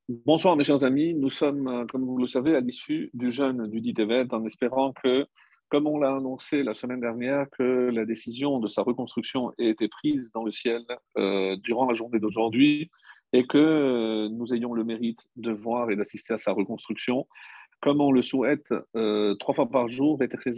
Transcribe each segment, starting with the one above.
Bonsoir mes chers amis, nous sommes, comme vous le savez, à l'issue du jeûne du dit Tevet, en espérant que, comme on l'a annoncé la semaine dernière, que la décision de sa reconstruction ait été prise dans le ciel durant la journée d'aujourd'hui et que nous ayons le mérite de voir et d'assister à sa reconstruction, comme on le souhaite 3 fois par jour,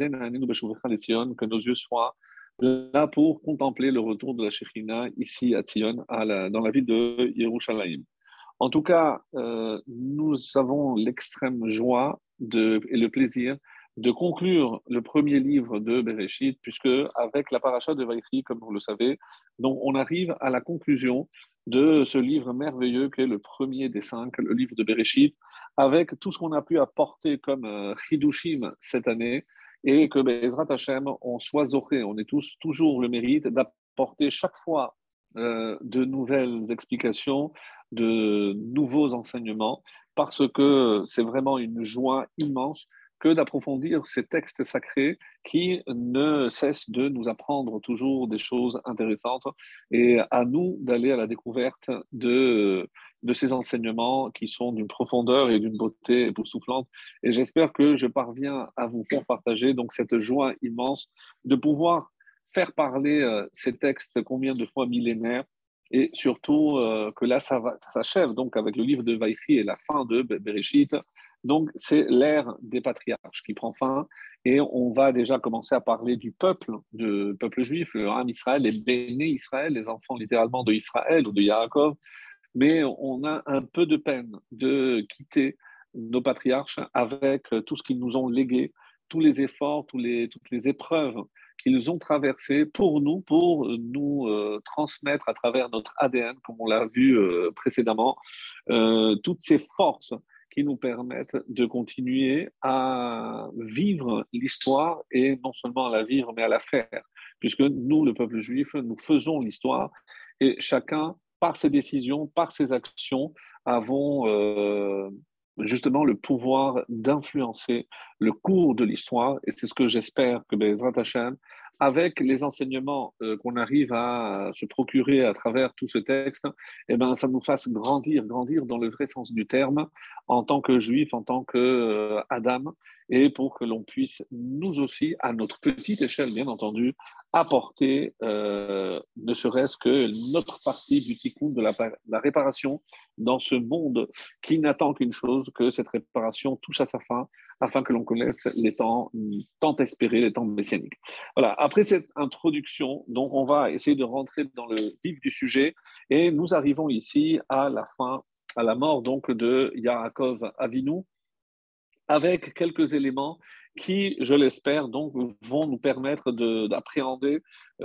que nos yeux soient là pour contempler le retour de la Shekhinah ici à Tzion, dans la ville de Yerushalayim. En tout cas, nous avons l'extrême joie et le plaisir de conclure le premier livre de Bereshit, puisque avec la paracha de Vaïchi, comme vous le savez, donc on arrive à la conclusion de ce livre merveilleux qui est le premier des 5, le livre de Bereshit, avec tout ce qu'on a pu apporter comme chidushim cette année, et que Bezrat Hashem, on soit zoché, on ait tous toujours le mérite d'apporter chaque fois de nouvelles explications, de nouveaux enseignements, parce que c'est vraiment une joie immense que d'approfondir ces textes sacrés qui ne cessent de nous apprendre toujours des choses intéressantes et à nous d'aller à la découverte de ces enseignements qui sont d'une profondeur et d'une beauté époustouflante. Et j'espère que je parviens à vous faire partager donc cette joie immense de pouvoir faire parler ces textes combien de fois millénaires et surtout que là, ça s'achève donc avec le livre de Vaïchi et la fin de Bereshit. Donc, c'est l'ère des patriarches qui prend fin et on va déjà commencer à parler du peuple juif, le Ham Israël, les béné Israël, les enfants littéralement de Israël ou de Yaakov. Mais on a un peu de peine de quitter nos patriarches avec tout ce qu'ils nous ont légué, tous les efforts, toutes les épreuves qu'ils ont traversées pour nous transmettre à travers notre ADN, comme on l'a vu précédemment, toutes ces forces qui nous permettent de continuer à vivre l'histoire et non seulement à la vivre, mais à la faire. Puisque nous, le peuple juif, nous faisons l'histoire et chacun, par ses décisions, par ses actions, avons justement le pouvoir d'influencer le cours de l'histoire. Et c'est ce que j'espère que Bezrat Hashem, avec les enseignements qu'on arrive à se procurer à travers tout ce texte, eh ben, ça nous fasse grandir dans le vrai sens du terme, en tant que juif, en tant que Adam, et pour que l'on puisse, nous aussi, à notre petite échelle, bien entendu, apporter ne serait-ce que notre partie du tikkun, de la réparation dans ce monde qui n'attend qu'une chose, que cette réparation touche à sa fin, afin que l'on connaisse les temps tant espérés, les temps messianiques. Voilà, après cette introduction, donc on va essayer de rentrer dans le vif du sujet, et nous arrivons ici à la fin, à la mort donc de Yaakov Avinu, avec quelques éléments qui, je l'espère, donc vont nous permettre d'appréhender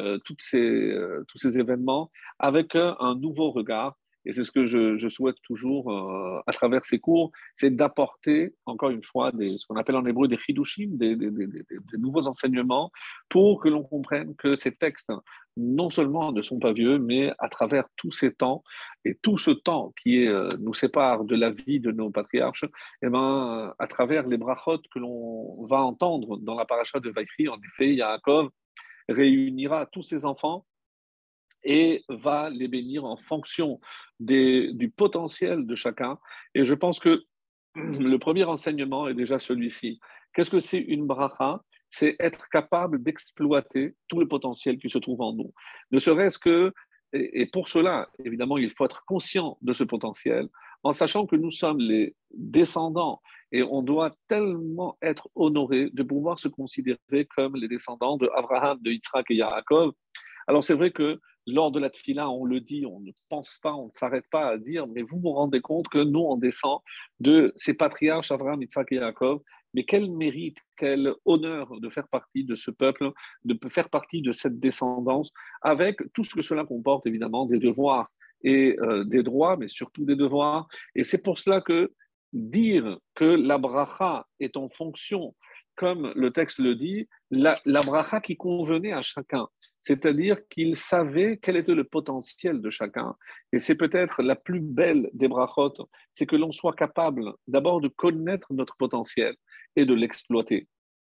tous ces événements avec un nouveau regard. Et c'est ce que je souhaite toujours à travers ces cours, c'est d'apporter, encore une fois, ce qu'on appelle en hébreu des chidushim, des nouveaux enseignements, pour que l'on comprenne que ces textes, non seulement ne sont pas vieux, mais à travers tous ces temps, et tout ce temps qui nous sépare de la vie de nos patriarches, eh ben, à travers les brachot que l'on va entendre dans la paracha de Vaïchi, en effet, Yaakov réunira tous ses enfants et va les bénir en fonction du potentiel de chacun. Et je pense que le premier enseignement est déjà celui-ci. Qu'est-ce que c'est une bracha? C'est être capable d'exploiter tout le potentiel qui se trouve en nous. Ne serait-ce que, et pour cela, évidemment, il faut être conscient de ce potentiel, en sachant que nous sommes les descendants et on doit tellement être honorés de pouvoir se considérer comme les descendants de Abraham, de Yitzhak et Yaakov. Alors c'est vrai que lors de la tefila, on le dit, on ne pense pas, on ne s'arrête pas à dire, mais vous vous rendez compte que nous, on descend de ces patriarches, Abraham, Isaac et Jacob, mais quel mérite, quel honneur de faire partie de ce peuple, de faire partie de cette descendance, avec tout ce que cela comporte, évidemment, des devoirs et des droits, mais surtout des devoirs. Et c'est pour cela que dire que la bracha est en fonction, comme le texte le dit, la bracha qui convenait à chacun, c'est-à-dire qu'il savait quel était le potentiel de chacun. Et c'est peut-être la plus belle des brachot, c'est que l'on soit capable d'abord de connaître notre potentiel et de l'exploiter.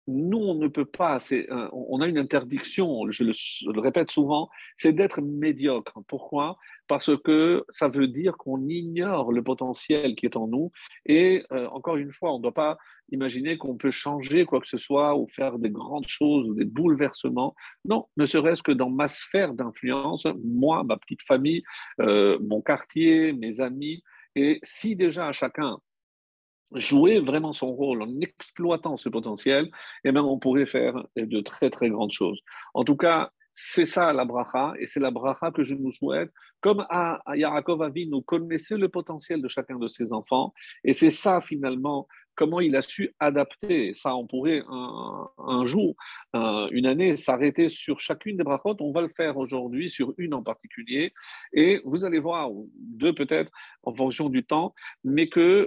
nous, on ne peut pas, on a une interdiction, je le répète souvent, c'est d'être médiocre. Pourquoi? Parce que ça veut dire qu'on ignore le potentiel qui est en nous. Et encore une fois, on ne doit pas imaginer qu'on peut changer quoi que ce soit ou faire des grandes choses ou des bouleversements. Non, ne serait-ce que dans ma sphère d'influence, moi, ma petite famille, mon quartier, mes amis. Et si déjà chacun jouer vraiment son rôle en exploitant ce potentiel, eh bien, on pourrait faire de très, très grandes choses. En tout cas, c'est ça la bracha, et c'est la bracha que je nous souhaite. Comme à Yaakov Avinu connaissait le potentiel de chacun de ses enfants, et c'est ça finalement, comment il a su adapter. Ça, on pourrait un jour, une année, s'arrêter sur chacune des brachot. On va le faire aujourd'hui sur une en particulier, et vous allez voir, deux peut-être, en fonction du temps, mais que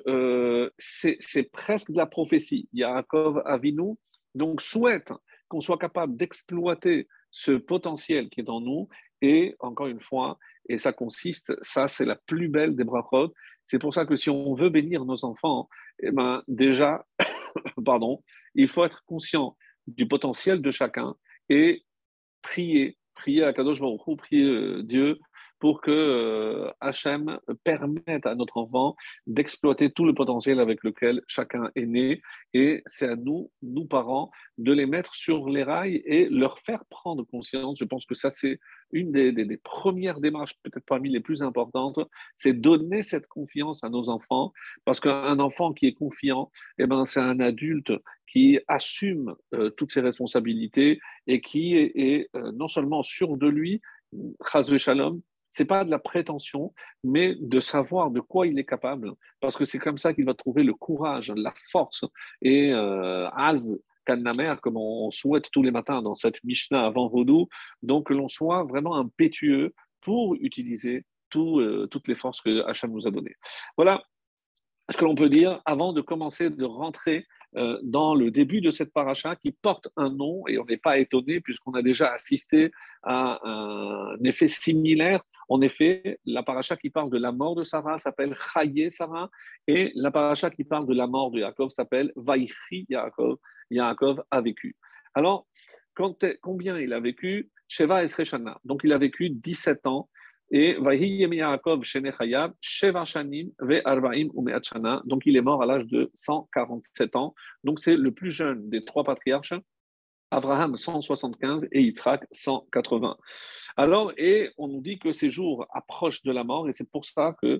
c'est presque de la prophétie. Yaakov Avinu donc souhaite qu'on soit capable d'exploiter ce potentiel qui est en nous. Et encore une fois, et ça consiste, ça c'est la plus belle des brachot. C'est pour ça que si on veut bénir nos enfants, eh ben déjà, pardon, il faut être conscient du potentiel de chacun et prier à Kadosh Baruch Hu, prier Dieu pour que Hachem permette à notre enfant d'exploiter tout le potentiel avec lequel chacun est né. Et c'est à nous, nous parents, de les mettre sur les rails et leur faire prendre conscience. Je pense que ça, c'est une des premières démarches, peut-être parmi les plus importantes, c'est donner cette confiance à nos enfants, parce qu'un enfant qui est confiant, eh ben, c'est un adulte qui assume toutes ses responsabilités et qui est non seulement sûr de lui, chas shalom, c'est pas de la prétention, mais de savoir de quoi il est capable, parce que c'est comme ça qu'il va trouver le courage, la force et az kannamer, comme on souhaite tous les matins dans cette Mishnah avant Vodou, donc que l'on soit vraiment impétueux pour utiliser toutes les forces que Hachem nous a données. Voilà ce que l'on peut dire avant de commencer de rentrer dans le début de cette paracha qui porte un nom, et on n'est pas étonné puisqu'on a déjà assisté à un effet similaire. En effet, la paracha qui parle de la mort de Sarah s'appelle Chaye Sarah, et la paracha qui parle de la mort de Yaakov s'appelle Vaïchi Yaakov. Yaakov a vécu. Alors, combien il a vécu? Sheva Esreshana. Donc, il a vécu 17 ans. Et Vahi Yemi Yaakov Shene Chayav, Sheva Shanim Ve Arbaim Umeat Shana. Donc il est mort à l'âge de 147 ans. Donc c'est le plus jeune des trois patriarches. Abraham 175 et Yitzhak 180. Alors, et on nous dit que ces jours approchent de la mort, et c'est pour ça que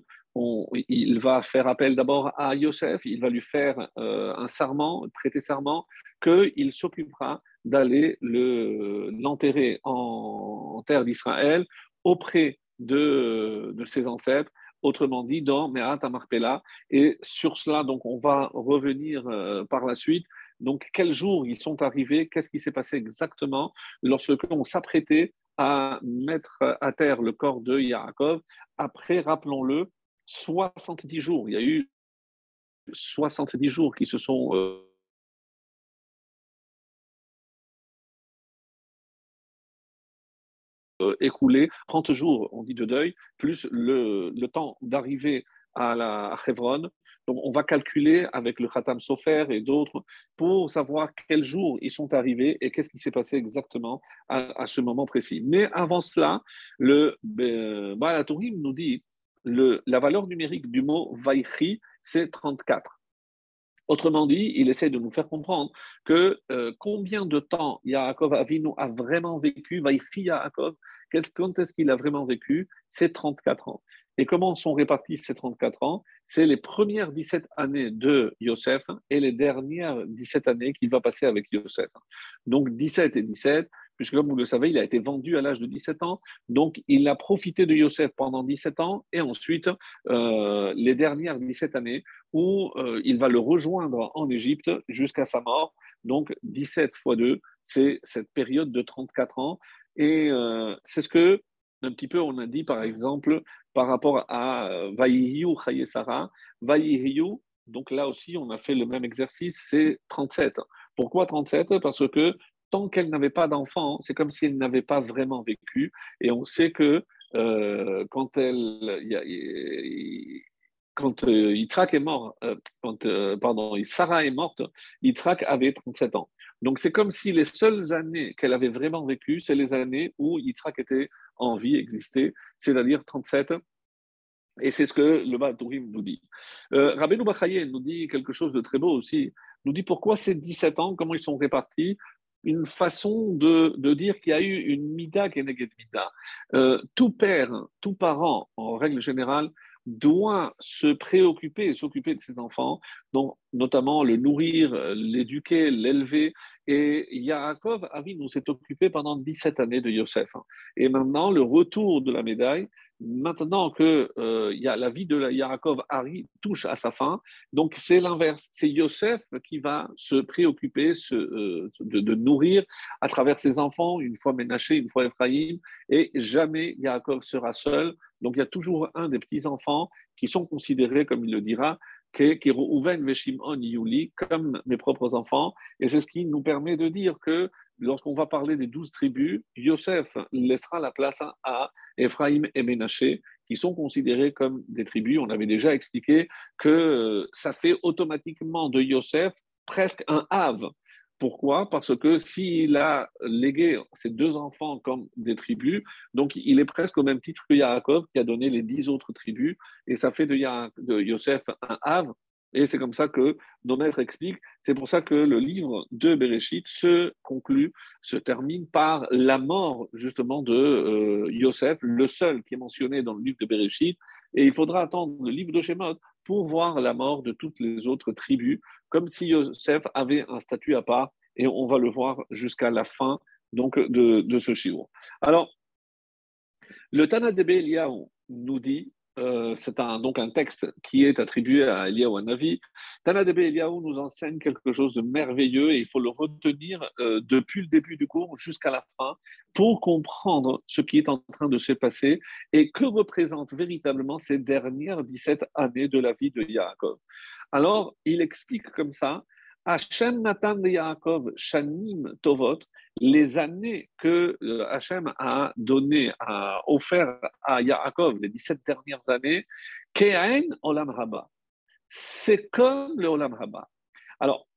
il va faire appel d'abord à Yosef, il va lui faire un serment, prêter serment, qu'il s'occupera d'aller l'enterrer en terre d'Israël auprès de ses ancêtres, autrement dit dans Me'at Amarpela. Et sur cela, donc, on va revenir par la suite. Donc, quels jours ils sont arrivés, qu'est-ce qui s'est passé exactement lorsque on s'apprêtait à mettre à terre le corps de Yaakov après, rappelons-le, 70 jours. Il y a eu 70 jours qui se sont écoulés, 30 jours, on dit, de deuil, plus le temps d'arriver à Hebron. Donc, on va calculer avec le Khatam Sofer et d'autres pour savoir quels jours ils sont arrivés et qu'est-ce qui s'est passé exactement à ce moment précis. Mais avant cela, le Baal HaTurim nous dit la valeur numérique du mot Vaïchi, c'est 34. Autrement dit, il essaie de nous faire comprendre que combien de temps Yaakov Avinu a vraiment vécu, Vaïchi Yaakov, quand est-ce qu'il a vraiment vécu? C'est 34 ans. Et comment sont répartis ces 34 ans? C'est les premières 17 années de Yosef et les dernières 17 années qu'il va passer avec Yosef. Donc 17 et 17, puisque comme vous le savez, il a été vendu à l'âge de 17 ans, donc il a profité de Yosef pendant 17 ans et ensuite les dernières 17 années où il va le rejoindre en Égypte jusqu'à sa mort. Donc 17 fois 2, c'est cette période de 34 ans. Et c'est ce que, un petit peu, on a dit par exemple par rapport à Vaïhiyu Chaye Sarah. Vaïhiyu, donc là aussi, on a fait le même exercice, c'est 37. Pourquoi 37? Parce que tant qu'elle n'avait pas d'enfant, c'est comme si elle n'avait pas vraiment vécu. Et on sait que quand quand Yitzhak est mort, pardon, Sarah est morte, Yitzhak avait 37 ans. Donc c'est comme si les seules années qu'elle avait vraiment vécues, c'est les années où Yitzhak était en vie, existait, c'est-à-dire 37. Et c'est ce que le Baal-Tourim nous dit. Rabbeinu Bachaye nous dit quelque chose de très beau aussi. Nous dit pourquoi ces 17 ans, comment ils sont répartis. Une façon de dire qu'il y a eu une mida keneged mida. Tout père, tout parent, en règle générale, doit se préoccuper et s'occuper de ses enfants, donc notamment le nourrir, l'éduquer, l'élever. Et Yaakov Avinu s'est occupé pendant 17 années de Yosef. Et maintenant, le retour de la médaille, maintenant que la vie de Yaakov touche à sa fin, donc c'est l'inverse. C'est Yosef qui va se préoccuper de nourrir à travers ses enfants, une fois Ménaché, une fois Ephraïm, et jamais Yaakov sera seul. Donc il y a toujours un des petits-enfants qui sont considérés, comme il le dira, qui Reuven Veshimon Yuli, comme mes propres enfants. Et c'est ce qui nous permet de dire que lorsqu'on va parler des 12 tribus, Yosef laissera la place à Ephraïm et Ménaché, qui sont considérés comme des tribus. On avait déjà expliqué que ça fait automatiquement de Yosef presque un Hav. Pourquoi? Parce que s'il a légué ses deux enfants comme des tribus, donc il est presque au même titre que Yaakov qui a donné les 10 autres tribus, et ça fait de Yosef un Hav. Et c'est comme ça que nos maîtres expliquent. C'est pour ça que le livre de Bereshit se conclut, se termine par la mort justement de Yosef, le seul qui est mentionné dans le livre de Bereshit. Et il faudra attendre le livre de Shemot pour voir la mort de toutes les autres tribus, comme si Yosef avait un statut à part. Et on va le voir jusqu'à la fin donc, de ce shiur. Alors, le Tana de Eliyahu nous dit, c'est donc un texte qui est attribué à Eliyahu Hanavi. Tana de Eliyahu nous enseigne quelque chose de merveilleux et il faut le retenir depuis le début du cours jusqu'à la fin pour comprendre ce qui est en train de se passer et que représentent véritablement ces dernières 17 années de la vie de Yaakov. Alors, il explique comme ça, Hachem Natan de Yaakov Shanim Tovot, les années que Hachem a donné, a offert à Yaakov, les 17 dernières années, Ke'en Olam Haba. C'est comme le Olam Haba. Alors,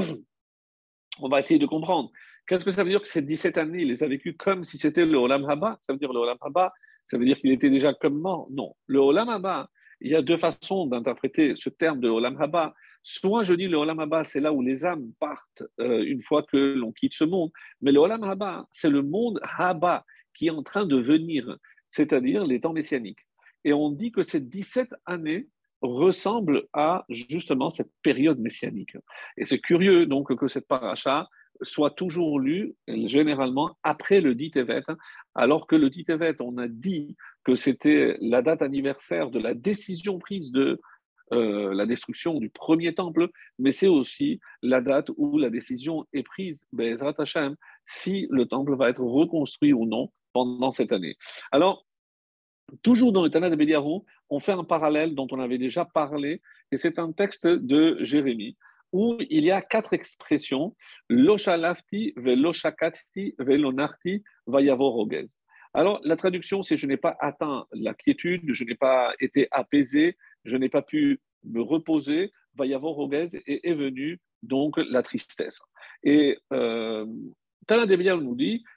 on va essayer de comprendre. Qu'est-ce que ça veut dire que ces 17 années, il les a vécues comme si c'était le Olam Haba? Ça veut dire le Olam Haba, ça veut dire qu'il était déjà comme mort? Non. Le Olam Haba, il y a deux façons d'interpréter ce terme de Olam Haba. Soit je dis le Olam Haba, c'est là où les âmes partent une fois que l'on quitte ce monde. Mais le Olam Haba, c'est le monde Haba qui est en train de venir, c'est-à-dire les temps messianiques. Et on dit que ces 17 années ressemblent à justement cette période messianique. Et c'est curieux donc que cette paracha soit toujours lue généralement après le dit Tevet, alors que le dit Tevet, on a dit que c'était la date anniversaire de la décision prise de la destruction du premier temple, mais c'est aussi la date où la décision est prise, Be'ezrat Hashem, si le temple va être reconstruit ou non pendant cette année. Alors, toujours dans le Tana de Beliaru, on fait un parallèle dont on avait déjà parlé, et c'est un texte de Jérémie, où il y a 4 expressions, lo shalafti, velo shakati, velo narti, vayavo rogez. Alors, la traduction, c'est je n'ai pas atteint la quiétude, je n'ai pas été apaisé, je n'ai pas pu me reposer, vayavo rogez, et est venue donc la tristesse. Et Tana de Beliaru nous dit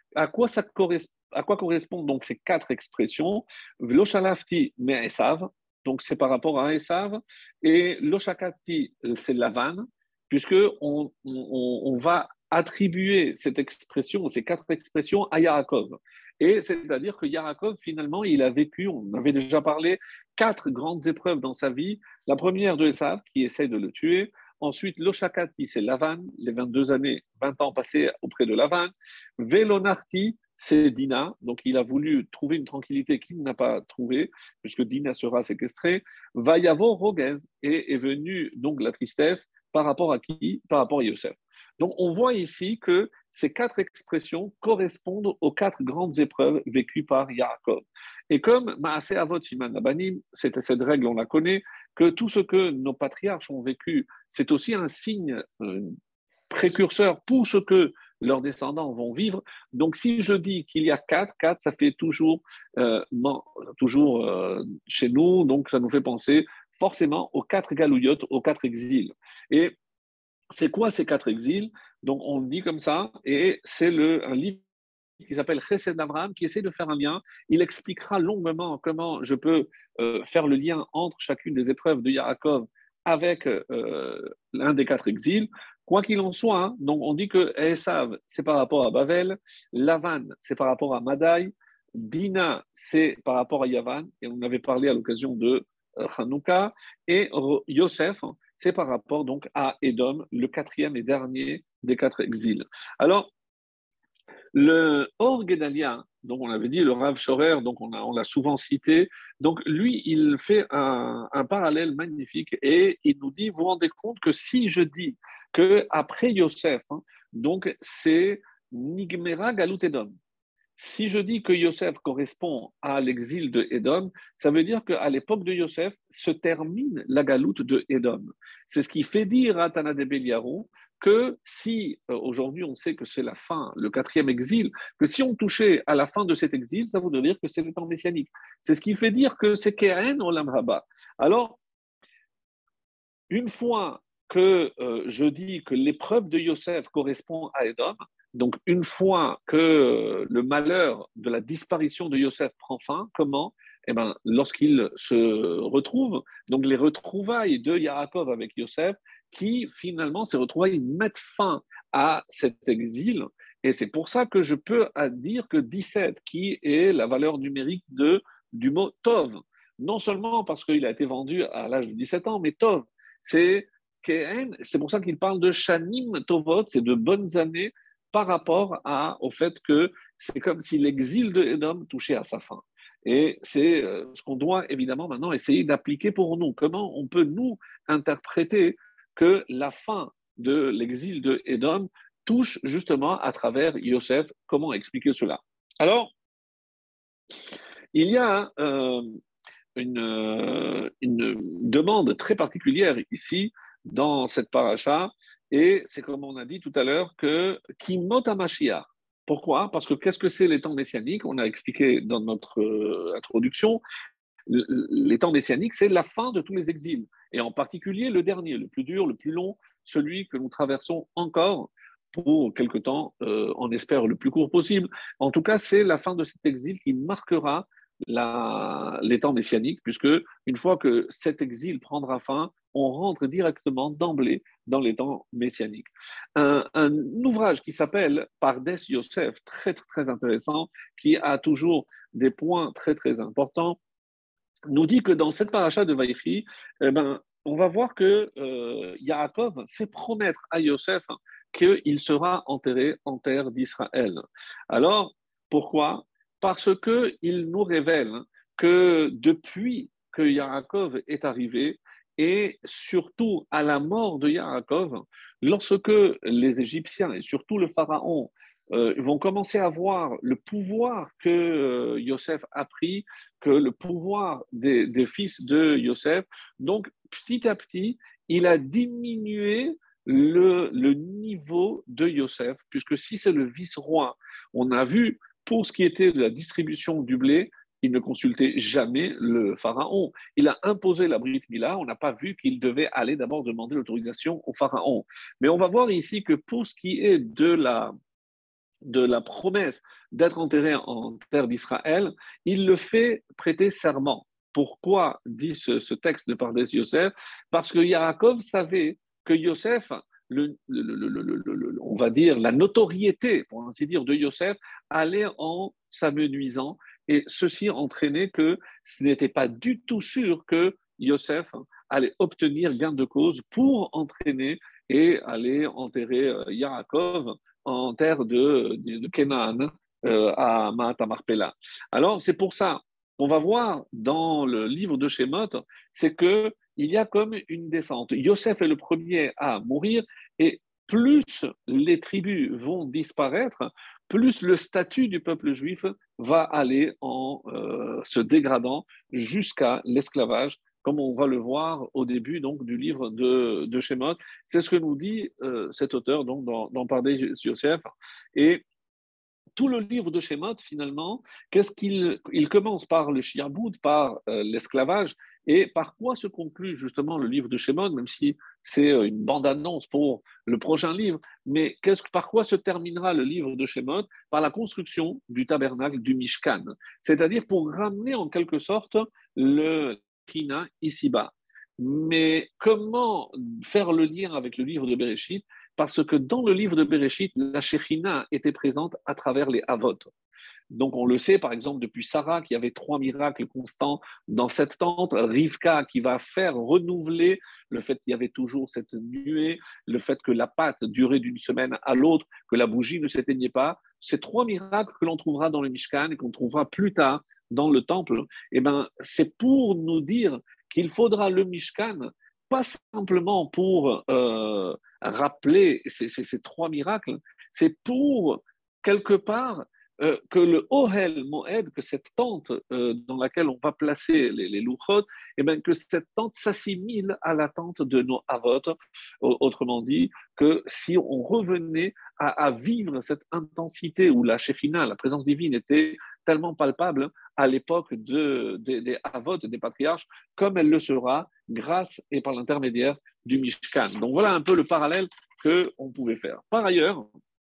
à quoi correspondent donc ces 4 expressions? Velo shalafti me Esav, donc c'est par rapport à Esav, et lo shakati, c'est Lavan, puisque on va attribuer cette expression, ces 4 expressions à Yaakov. Et c'est-à-dire que Yaakov, finalement, il a vécu, on avait déjà parlé, 4 grandes épreuves dans sa vie. La première de Esav, qui essaie de le tuer. Ensuite, l'Oshakati, c'est Lavan, les 22 années, 20 ans passés auprès de Lavan. Velonarti, c'est Dina, donc il a voulu trouver une tranquillité qu'il n'a pas trouvée, puisque Dina sera séquestrée. Vayavo Rogez, et est venue donc la tristesse par rapport à qui? Par rapport à Yosef. Donc on voit ici que ces 4 expressions correspondent aux 4 grandes épreuves vécues par Yaakov. Et comme Maaseh Avot Siman Abanim, cette règle on la connaît, que tout ce que nos patriarches ont vécu, c'est aussi un signe précurseur pour ce que leurs descendants vont vivre. Donc, si je dis qu'il y a 4, 4, ça fait toujours, chez nous, donc ça nous fait penser forcément aux 4 galouillottes, aux 4 exils. Et C'est quoi ces 4 exils? Donc, on le dit comme ça, et c'est un livre qui s'appelle Chesed d'Abraham, qui essaie de faire un lien. Il expliquera longuement comment je peux faire le lien entre chacune des épreuves de Yaakov avec l'un des 4 exils. Quoi qu'il en soit, hein, donc on dit que Esav, c'est par rapport à Bavel, Lavan, c'est par rapport à Madaï, Dina, c'est par rapport à Yavan, et on avait parlé à l'occasion de Hanouka, et Yosef, c'est par rapport donc à Édom, le 4e et dernier des 4 exils. Alors, le Or Gedalia, donc on avait dit le Rav Shorer, donc on l'a souvent cité, donc lui, il fait un parallèle magnifique et il nous dit, vous vous rendez compte que si je dis que après Yosef, hein, donc c'est Nigmera Galut Edom. Si je dis que Yosef correspond à l'exil de Édom, ça veut dire qu'à l'époque de Yosef se termine la galoute de Édom. C'est ce qui fait dire à Tana de Beliarou que si aujourd'hui on sait que c'est la fin, le 4e exil, que si on touchait à la fin de cet exil, ça voudrait dire que c'est le temps messianique. C'est ce qui fait dire que c'est Keren Olam Haba. Alors, une fois que je dis que l'épreuve de Yosef correspond à Édom, donc une fois que le malheur de la disparition de Yosef prend fin, comment? Eh ben, lorsqu'il se retrouve, donc les retrouvailles de Yaakov avec Yosef, qui finalement, ces retrouvailles mettent fin à cet exil. Et c'est pour ça que je peux dire que 17, qui est la valeur numérique du mot Tov, non seulement parce qu'il a été vendu à l'âge de 17 ans, mais Tov, c'est pour ça qu'il parle de Shanim Tovot, c'est de bonnes années par rapport au fait que c'est comme si l'exil de Edom touchait à sa fin. Et c'est ce qu'on doit évidemment maintenant essayer d'appliquer pour nous. Comment on peut nous interpréter que la fin de l'exil de Edom touche justement à travers Yosef? Comment expliquer cela? Alors, il y a une demande très particulière ici dans cette paracha, et c'est comme on a dit tout à l'heure que Kimot HaMashiach. Pourquoi? Parce que qu'est-ce que c'est les temps messianiques? On a expliqué dans notre introduction, les temps messianiques, c'est la fin de tous les exils, et en particulier le dernier, le plus dur, le plus long, celui que nous traversons encore pour quelque temps, on espère le plus court possible. En tout cas, c'est la fin de cet exil qui marquera les temps messianiques, puisque une fois que cet exil prendra fin, on rentre directement d'emblée dans les temps messianiques. Un ouvrage qui s'appelle Pardes Yosef, très, très intéressant, qui a toujours des points très, très importants, nous dit que dans cette paracha de Vaïchi, on va voir que Yaakov fait promettre à Yosef qu'il sera enterré en terre d'Israël. Alors, pourquoi? Parce qu'il nous révèle que depuis que Yaakov est arrivé, et surtout à la mort de Yaakov, lorsque les Égyptiens et surtout le Pharaon vont commencer à voir le pouvoir que Yosef a pris, que le pouvoir des fils de Yosef, donc petit à petit, il a diminué le niveau de Yosef, puisque si c'est le vice-roi, on a vu pour ce qui était de la distribution du blé, il ne consultait jamais le pharaon. Il a imposé la Brit Mila, on n'a pas vu qu'il devait aller d'abord demander l'autorisation au pharaon. Mais on va voir ici que pour ce qui est de la promesse d'être enterré en terre d'Israël, il le fait prêter serment. Pourquoi dit ce texte de Pardes Yosef? Parce que Yaakov savait que Yosef, on va dire la notoriété, pour ainsi dire, de Yosef allait en s'amenuisant, et ceci entraînait que ce n'était pas du tout sûr que Yosef allait obtenir gain de cause pour entraîner et aller enterrer Yaakov en terre de Canaan à Maatamarpela. Alors, c'est pour ça qu'on va voir dans le livre de Shemot, c'est qu'il y a comme une descente. Yosef est le premier à mourir, et plus les tribus vont disparaître, plus le statut du peuple juif va aller en se dégradant jusqu'à l'esclavage, comme on va le voir au début donc, du livre de Shemot. C'est ce que nous dit cet auteur donc, dans Pardes Yosef. Et tout le livre de Shemot, finalement, qu'est-ce qu'il commence par le shi'aboud, par l'esclavage, et par quoi se conclut justement le livre de Shemot, même si c'est une bande-annonce pour le prochain livre, mais par quoi se terminera le livre de Shemot? Par la construction du tabernacle du Mishkan, c'est-à-dire pour ramener en quelque sorte le China ici-bas. Mais comment faire le lien avec le livre de Bereshit? Parce que dans le livre de Bereshit, la Shekhinah était présente à travers les Havot. Donc on le sait, par exemple, depuis Sarah, qui avait 3 miracles constants dans cette tente, Rivka, qui va faire renouveler le fait qu'il y avait toujours cette nuée, le fait que la pâte durait d'une semaine à l'autre, que la bougie ne s'éteignait pas. Ces 3 miracles que l'on trouvera dans le Mishkan et qu'on trouvera plus tard dans le temple, eh ben, c'est pour nous dire qu'il faudra le Mishkan, pas simplement pour rappeler ces 3 miracles, c'est pour quelque part que le Ohel Moed, que cette tente dans laquelle on va placer les louchot, et bien que cette tente s'assimile à la tente de nos avot, autrement dit, que si on revenait à vivre cette intensité où la Shekhinah, la présence divine, était tellement palpable à l'époque des avot, des patriarches, comme elle le sera grâce et par l'intermédiaire du Mishkan. Donc voilà un peu le parallèle qu'on pouvait faire. Par ailleurs,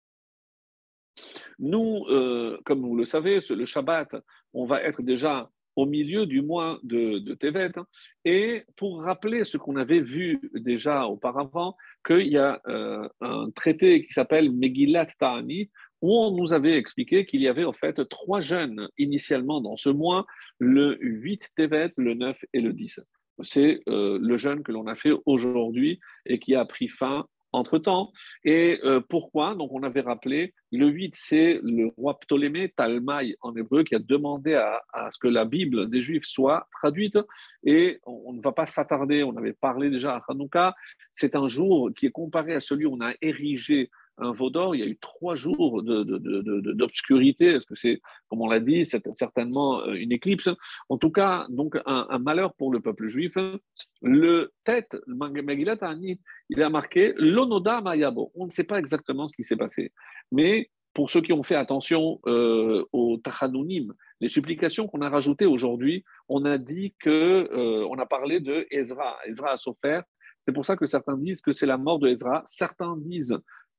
nous, comme vous le savez, le Shabbat, on va être déjà au milieu du mois de Tevet. Et pour rappeler ce qu'on avait vu déjà auparavant, qu'il y a un traité qui s'appelle Megillat Ta'anit, où on nous avait expliqué qu'il y avait en fait 3 jeûnes initialement dans ce mois, le 8 Tevet, le 9 et le 10. C'est le jeûne que l'on a fait aujourd'hui et qui a pris fin entre-temps. Et pourquoi? Donc, on avait rappelé, le 8, c'est le roi Ptolémée, Talmaï en hébreu, qui a demandé à ce que la Bible des Juifs soit traduite. Et on ne va pas s'attarder, on avait parlé déjà à Hanouka, c'est un jour qui est comparé à celui où on a érigé un veau d'or. Il y a eu 3 jours d'obscurité. Est-ce que c'est, comme on l'a dit, c'est certainement une éclipse? En tout cas, donc un malheur pour le peuple juif. Le tête, le Megillat Ta'anit, il a marqué l'onoda mayabo. On ne sait pas exactement ce qui s'est passé. Mais pour ceux qui ont fait attention aux tachanunim, les supplications qu'on a rajoutées aujourd'hui, on a dit on a parlé de Ezra. Ezra a souffert. C'est pour ça que certains disent que c'est la mort de Ezra. Certains disent,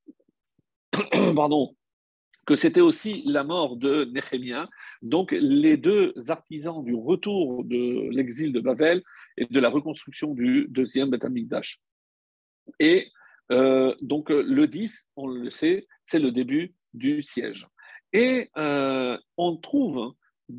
pardon, que c'était aussi la mort de Néhémia. Donc, les 2 artisans du retour de l'exil de Babel et de la reconstruction du deuxième Beth Amikdash. Et donc, le 10, on le sait, c'est le début du siège. Et on trouve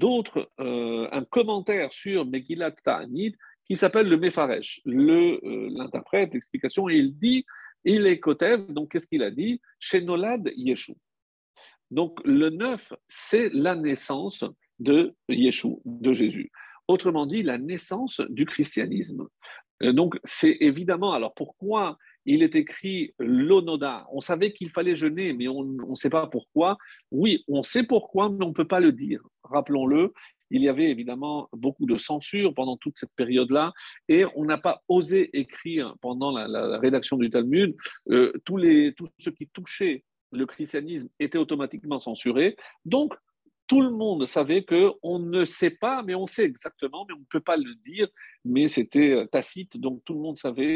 un commentaire sur Megillat Ta'anit qui s'appelle le Mefaresh, l'interprète, l'explication, et il est Kotev, donc qu'est-ce qu'il a dit? Shenolad Yeshu. Donc, le 9, c'est la naissance de Yeshua, de Jésus. Autrement dit, la naissance du christianisme. Donc, c'est évidemment, alors pourquoi il est écrit l'onoda? On savait qu'il fallait jeûner, mais on ne sait pas pourquoi. Oui, on sait pourquoi, mais on ne peut pas le dire. Rappelons-le, il y avait évidemment beaucoup de censure pendant toute cette période-là, et on n'a pas osé écrire pendant la rédaction du Talmud tout ce qui touchait le christianisme était automatiquement censuré. Donc, tout le monde savait qu'on ne sait pas, mais on sait exactement, mais on ne peut pas le dire, mais c'était tacite, donc tout le monde savait.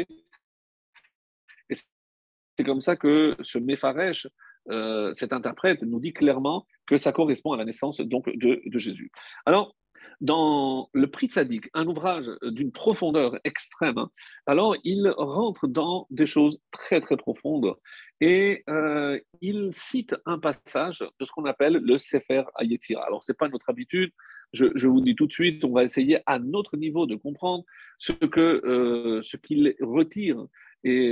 Et c'est comme ça que ce Mépharesh, cet interprète, nous dit clairement que ça correspond à la naissance donc, de Jésus. Alors, dans le Pri Tzadik, un ouvrage d'une profondeur extrême, alors il rentre dans des choses très très profondes et il cite un passage de ce qu'on appelle le Sefer HaYetzira. Alors c'est pas notre habitude, je vous dis tout de suite, on va essayer à notre niveau de comprendre ce qu'il retire et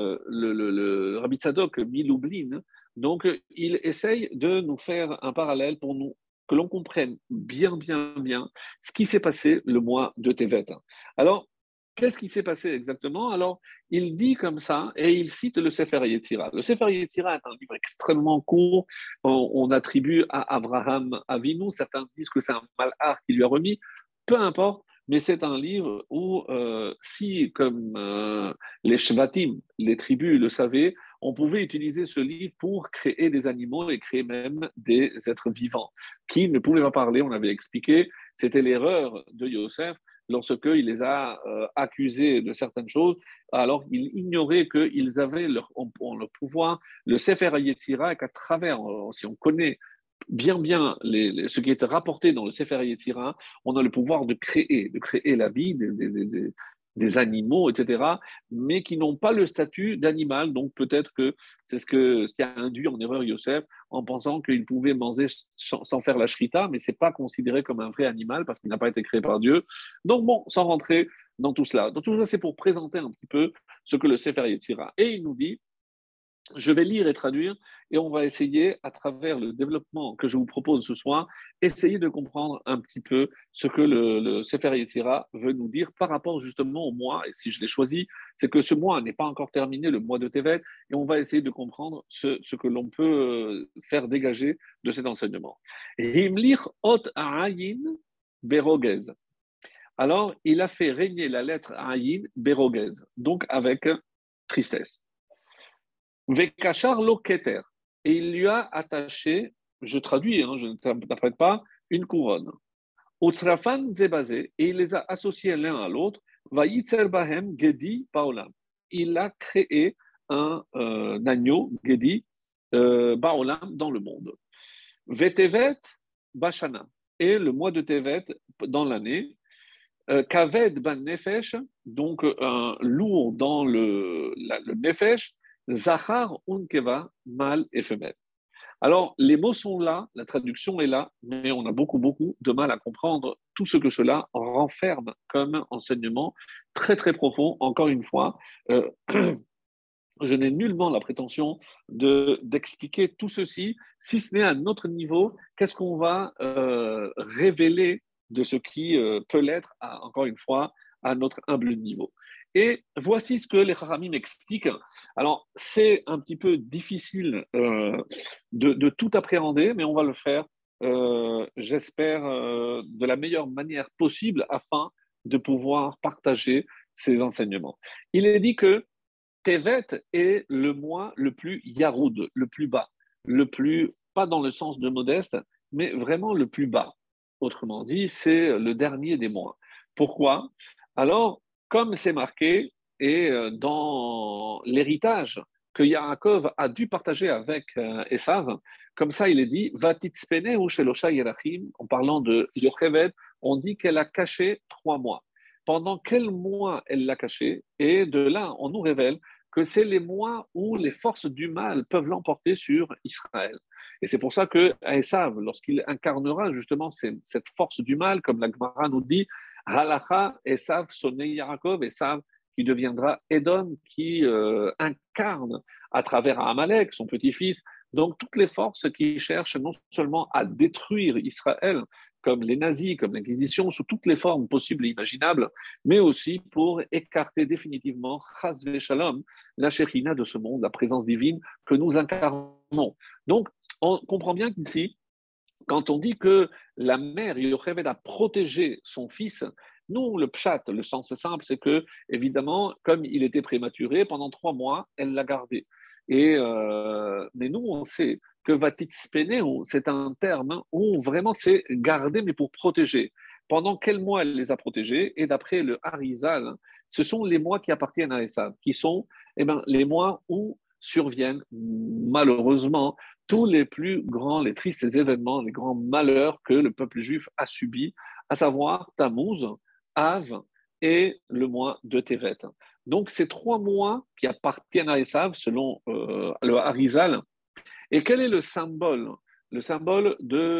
le Rabbi Tzadok Miloublin. Donc il essaye de nous faire un parallèle pour nous que l'on comprenne bien ce qui s'est passé le mois de Tevet. Alors, qu'est-ce qui s'est passé exactement? Alors, il dit comme ça, et il cite le Sefer Yetzira. Le Sefer Yetzira est un livre extrêmement court. On attribue à Abraham Avinu. Certains disent que c'est un malhar qui lui a remis. Peu importe, mais c'est un livre où, si, comme les Shvatim, les tribus le savaient, on pouvait utiliser ce livre pour créer des animaux et créer même des êtres vivants qui ne pouvaient pas parler. On avait expliqué, c'était l'erreur de Yosef lorsqu'il les a accusés de certaines choses, alors il ignorait qu'ils avaient leur pouvoir, le Sefer Yetzira, qu'à travers, si on connaît bien ce qui est rapporté dans le Sefer Yetzira, on a le pouvoir de créer la vie des animaux, etc., mais qui n'ont pas le statut d'animal. Donc peut-être que c'est ce qui a induit en erreur Yosef en pensant qu'il pouvait manger sans faire la shrita, mais ce n'est pas considéré comme un vrai animal parce qu'il n'a pas été créé par Dieu. Donc bon, sans rentrer dans tout cela. Donc tout ça, c'est pour présenter un petit peu ce que le Sefer Yetzira. Et il nous dit, je vais lire et traduire et on va essayer, à travers le développement que je vous propose ce soir, essayer de comprendre un petit peu ce que le Sefer Yetzira veut nous dire par rapport justement au mois. Et si je l'ai choisi, c'est que ce mois n'est pas encore terminé, le mois de Tevet, et on va essayer de comprendre ce que l'on peut faire dégager de cet enseignement. Himlir ot ayin berogez. Alors, il a fait régner la lettre ayin berogez, donc avec tristesse. Vekachar lo keter. Et il lui a attaché, je traduis, je ne t'apprête pas, une couronne. Utsrafan zebazé, et il les a associés l'un à l'autre. Vayitzer bahem gedi baolam. Il a créé un agneau, gedi, baolam, dans le monde. Vetevet bashana. Et le mois de Tevet, dans l'année, kaved ban nefesh, donc un lourd dans le nefesh, Zachar unkeva, mâle et femelle. Alors, les mots sont là, la traduction est là, mais on a beaucoup de mal à comprendre tout ce que cela renferme comme enseignement très profond. Encore une fois, je n'ai nullement la prétention d'expliquer tout ceci, si ce n'est à notre niveau, qu'est-ce qu'on va révéler de ce qui peut l'être, encore une fois, à notre humble niveau. Et voici ce que les Haramim expliquent. Alors, c'est un petit peu difficile de tout appréhender, mais on va le faire, j'espère, de la meilleure manière possible afin de pouvoir partager ces enseignements. Il est dit que Tevet est le mois le plus yaroud, le plus bas, le plus, pas dans le sens de modeste, mais vraiment le plus bas. Autrement dit, c'est le dernier des mois. Pourquoi? Alors, comme c'est marqué, et dans l'héritage que Yaakov a dû partager avec Esav, comme ça il est dit, Vatitspene ou Shelosha Yerachim, en parlant de Yocheved, on dit qu'elle a caché 3 mois. Pendant quel mois elle l'a caché? Et de là, on nous révèle que c'est les mois où les forces du mal peuvent l'emporter sur Israël. Et c'est pour ça que Esav, lorsqu'il incarnera justement cette force du mal, comme la Gemara nous dit, Halacha, Esav, sonné Yaakov, Esav, qui deviendra Edom, qui incarne à travers Amalek, son petit-fils, donc toutes les forces qui cherchent non seulement à détruire Israël, comme les nazis, comme l'Inquisition, sous toutes les formes possibles et imaginables, mais aussi pour écarter définitivement, chas v'shalom, la shérina de ce monde, la présence divine que nous incarnons. Donc, on comprend bien qu'ici, quand on dit que la mère Yocheved a protégé son fils, nous, le pshat, le sens simple, c'est que, évidemment, comme il était prématuré, pendant 3 mois, elle l'a gardé. Mais nous, on sait que vatitspénéo, c'est un terme où vraiment c'est garder, mais pour protéger. Pendant quels mois elle les a protégés? Et d'après le Harizal, ce sont les mois qui appartiennent à Esav, qui sont les mois où surviennent malheureusement tous les plus grands, les tristes événements, les grands malheurs que le peuple juif a subis, à savoir Tammuz, Av et le mois de Tevet. Donc, ces 3 mois qui appartiennent à Esav, selon le Harizal. Et quel est le symbole? Le symbole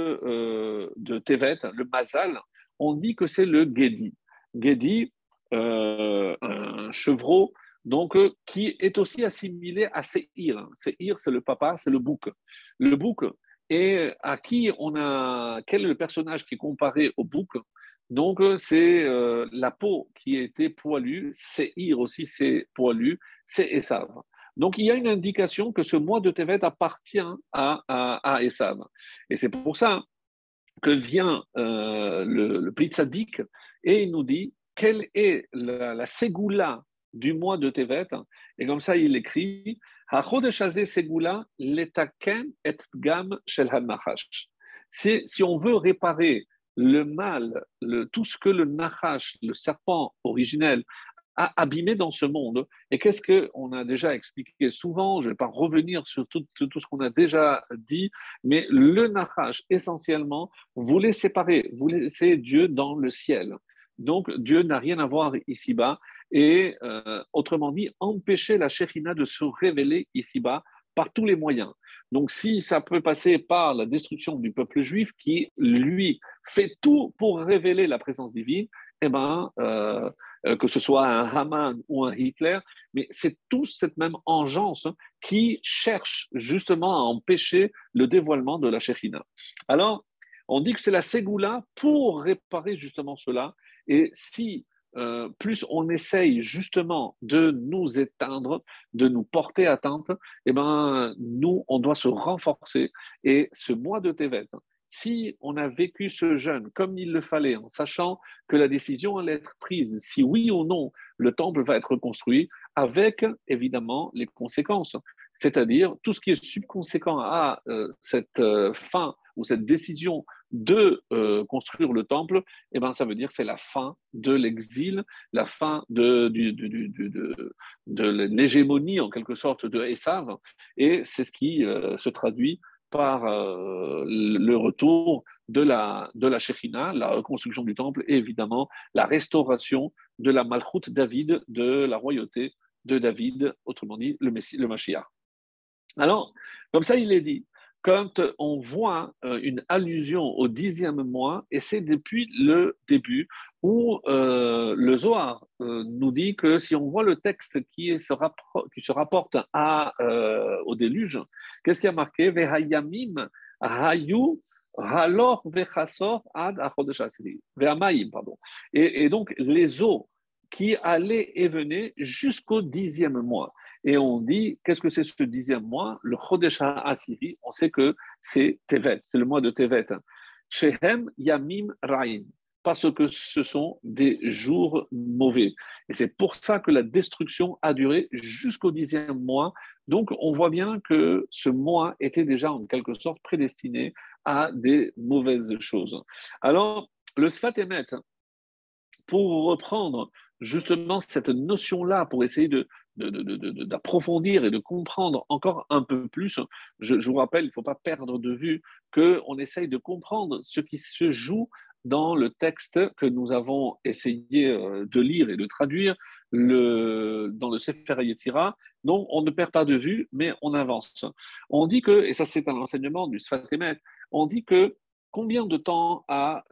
de Tevet, le Mazal, on dit que c'est le Gedi. Gedi, un chevreau, donc, qui est aussi assimilé à Seir. Seir, c'est le papa, c'est le bouc. Le bouc, et à qui quel est le personnage qui est comparé au bouc? Donc, c'est la peau qui était poilue, Seir aussi, c'est poilu, c'est Esav. Donc, il y a une indication que ce mois de Tevet appartient à Esav. Et c'est pour ça que vient le Pli Tzadik et il nous dit quelle est la ségoula du mois de Tevet. Et comme ça, il écrit HaChodesh hazeh segula letaken et pgam shel hanachash. Si on veut réparer le mal, tout ce que le nachash, le serpent originel, a abîmé dans ce monde. Et qu'est-ce qu'on a déjà expliqué souvent? Je ne vais pas revenir sur tout ce qu'on a déjà dit, mais le nachash, essentiellement, voulait séparer, voulait laisser Dieu dans le ciel. Donc, Dieu n'a rien à voir ici-bas. Et autrement dit, empêcher la Shekhinah de se révéler ici-bas par tous les moyens. Donc, si ça peut passer par la destruction du peuple juif qui, lui, fait tout pour révéler la présence divine, eh ben, que ce soit un Haman ou un Hitler, mais c'est tous cette même engeance qui cherche justement à empêcher le dévoilement de la Shekhinah. Alors, on dit que c'est la Ségoula pour réparer justement cela. Et si plus on essaye justement de nous éteindre, de nous porter atteinte, eh ben, nous, on doit se renforcer. Et ce mois de Tevet, si on a vécu ce jeûne comme il le fallait, en sachant que la décision allait être prise, si oui ou non le temple va être construit, avec évidemment les conséquences, c'est-à-dire tout ce qui est subconséquent à cette fin ou cette décision de construire le temple, eh ben, ça veut dire que c'est la fin de l'exil, la fin de l'hégémonie en quelque sorte de Esav, et c'est ce qui se traduit par le retour de la Shekhinah, la reconstruction du temple et évidemment la restauration de la Malchut David, de la royauté de David, autrement dit le Messie, le Mashiach. Alors, comme ça, il est dit, quand on voit une allusion au 10e mois, et c'est depuis le début, où le Zohar nous dit que si on voit le texte qui se rapporte au déluge, qu'est-ce qui a marqué? Vehayamim hayu halor vechasor ad achodesh asiri. Vehamayim, pardon. Et donc, les eaux qui allaient et venaient jusqu'au 10e mois. Et on dit, qu'est-ce que c'est ce 10e mois? Le Chodesh HaAsiri, on sait que c'est Tevet, c'est le mois de Tevet. Shehem Yamim Ra'im, parce que ce sont des jours mauvais. Et c'est pour ça que la destruction a duré jusqu'au 10e mois. Donc on voit bien que ce mois était déjà en quelque sorte prédestiné à des mauvaises choses. Alors, le Sfat Emet, pour reprendre justement cette notion-là, pour essayer d'approfondir et de comprendre encore un peu plus, je vous rappelle, il ne faut pas perdre de vue qu'on essaye de comprendre ce qui se joue dans le texte que nous avons essayé de lire et de traduire dans le Sefer Yetzira. Donc, on ne perd pas de vue, mais on avance. On dit que, et ça c'est un enseignement du Sfat Emet, on dit que combien de temps a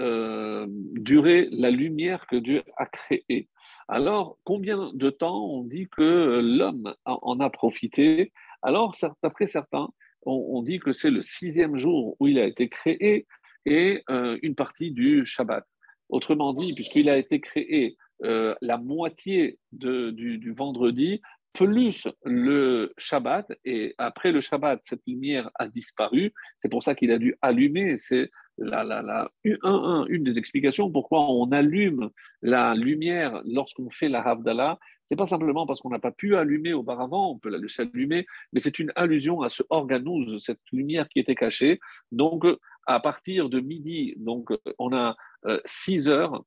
duré la lumière que Dieu a créée? Alors, combien de temps on dit que l'homme en a profité? Alors, d'après certains, on dit que c'est le 6e jour où il a été créé et une partie du Shabbat. Autrement dit, puisqu'il a été créé la moitié du vendredi, plus une dû allumer. C'est une des explications pourquoi on allume la lumière lorsqu'on fait la Havdalah. C'est pas simplement parce qu'on n'a pas pu allumer auparavant, on peut la laisser allumer, mais c'est une allusion à ce organose, cette lumière qui était cachée. Donc, à partir de midi, donc, on a 6 heures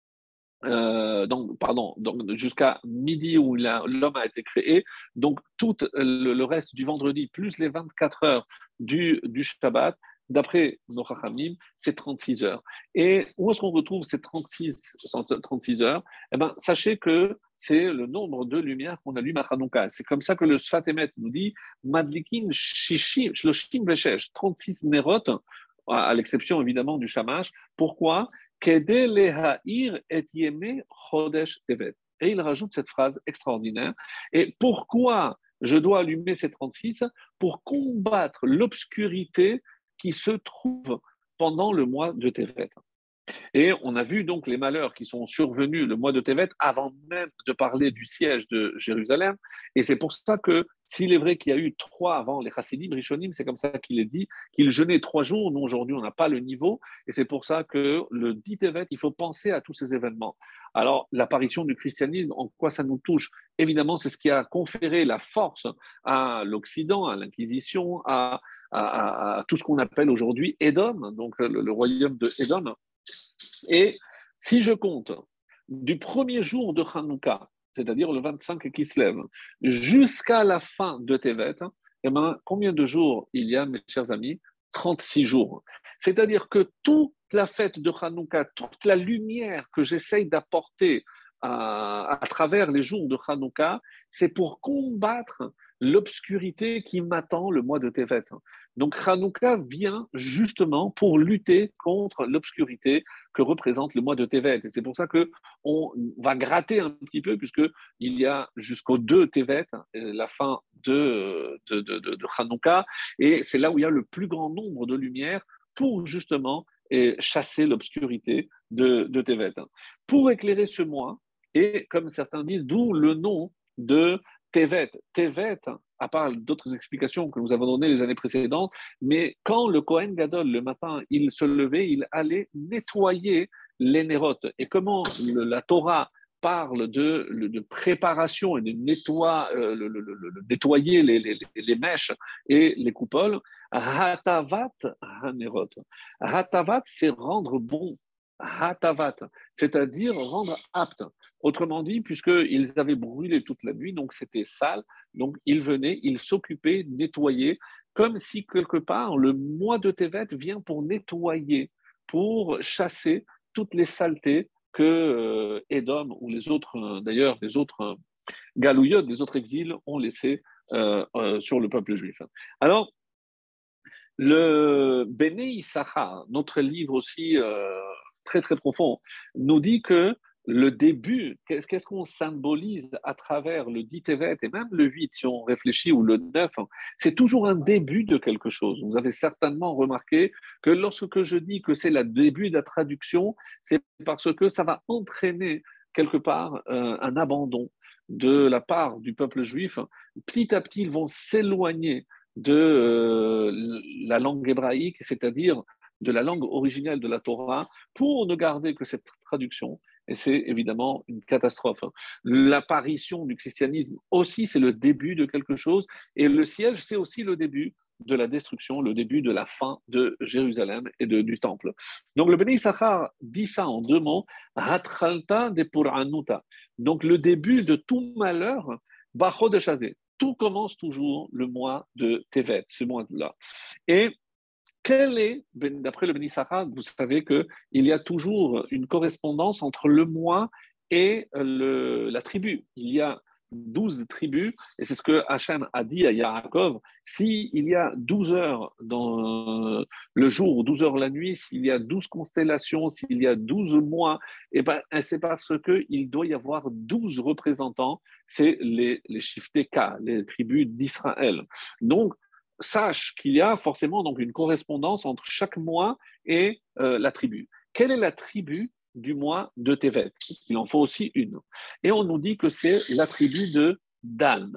donc jusqu'à midi où l'homme a été créé, donc tout le reste du vendredi, plus les 24 heures du Shabbat, d'après nos Chachamim, c'est 36 heures. Et où est-ce qu'on retrouve ces 36 heures? Eh bien, sachez que c'est le nombre de lumières qu'on allume à Hanouka. C'est comme ça que le Sfat Emet nous dit Madlikin Shishim, Shloshim Veshesh, 36 Nerot, à l'exception évidemment du Shamash. Pourquoi? Et il rajoute cette phrase extraordinaire. Et pourquoi je dois allumer ces 36? Pour combattre l'obscurité qui se trouve pendant le mois de Tevet. Et on a vu donc les malheurs qui sont survenus le mois de Tevet avant même de parler du siège de Jérusalem. Et c'est pour ça que s'il est vrai qu'il y a eu 3 avant les Chassidim, Rishonim, c'est comme ça qu'il est dit, qu'ils jeûnaient 3 jours. Nous, aujourd'hui, on n'a pas le niveau. Et c'est pour ça que le dit Tevet, il faut penser à tous ces événements. Alors, l'apparition du christianisme, en quoi ça nous touche? Évidemment, c'est ce qui a conféré la force à l'Occident, à l'Inquisition, à tout ce qu'on appelle aujourd'hui Édom, donc le royaume de Édom. Et si je compte du premier jour de Hanouka, c'est-à-dire le 25 qui se lève, jusqu'à la fin de Tevet, eh ben, combien de jours il y a, mes chers amis? 36 jours. C'est-à-dire que toute la fête de Hanouka, toute la lumière que j'essaye d'apporter à travers les jours de Hanouka, c'est pour combattre l'obscurité qui m'attend le mois de Tevet. Donc Hanouka vient justement pour lutter contre l'obscurité que représente le mois de Tevet. Et c'est pour ça qu'on va gratter un petit peu, puisqu'il y a jusqu'au 2 Tevet, la fin de Hanouka, et c'est là où il y a le plus grand nombre de lumières pour justement chasser l'obscurité de Tevet. Pour éclairer ce mois, et comme certains disent, d'où le nom de Tevet. Tevet, à part d'autres explications que nous avons données les années précédentes, mais quand le Kohen Gadol, le matin, il se levait, il allait nettoyer les nérotes. Et comment la Torah parle de préparation et de nettoyer les mèches et les coupoles, Hatavat Hanerot. Hatavat, c'est rendre bon. Hatavat, c'est-à-dire rendre apte. Autrement dit, puisqu'ils avaient brûlé toute la nuit, donc c'était sale, donc ils venaient, ils s'occupaient, nettoyaient, comme si quelque part le mois de Tevet vient pour nettoyer, pour chasser toutes les saletés que Édom ou les autres, d'ailleurs, les autres galouillotes, les autres exils ont laissé sur le peuple juif. Alors, le Béné Issachar, notre livre aussi très très profond, nous dit que le début, qu'est-ce qu'on symbolise à travers le 10 Tevet et même le 8, si on réfléchit, ou le 9, c'est toujours un début de quelque chose. Vous avez certainement remarqué que lorsque je dis que c'est le début de la traduction, c'est parce que ça va entraîner quelque part un abandon de la part du peuple juif. Petit à petit, ils vont s'éloigner de la langue hébraïque, c'est-à-dire de la langue originelle de la Torah, pour ne garder que cette traduction. Et c'est évidemment une catastrophe. L'apparition du christianisme aussi, c'est le début de quelque chose. Et le siège, c'est aussi le début de la destruction, le début de la fin de Jérusalem et du temple. Donc le Béni Issachar dit ça en 2 mots, Hatralta de Puranuta. Donc le début de tout malheur, Bacho de Chazé. Tout commence toujours le mois de Tevet, ce mois-là. Et quel est, d'après le Béni Issachar, vous savez qu'il y a toujours une correspondance entre le mois et la tribu. Il y a 12 tribus, et c'est ce que Hachem a dit à Yaakov, s'il y a 12 heures dans le jour, 12 heures la nuit, s'il y a 12 constellations, s'il y a 12 mois, et ben, c'est parce qu'il doit y avoir 12 représentants, c'est les Shifteka, les tribus d'Israël. Donc, sache qu'il y a forcément donc une correspondance entre chaque mois et la tribu. Quelle est la tribu du mois de Tevet? Il en faut aussi une. Et on nous dit que c'est la tribu de Dan.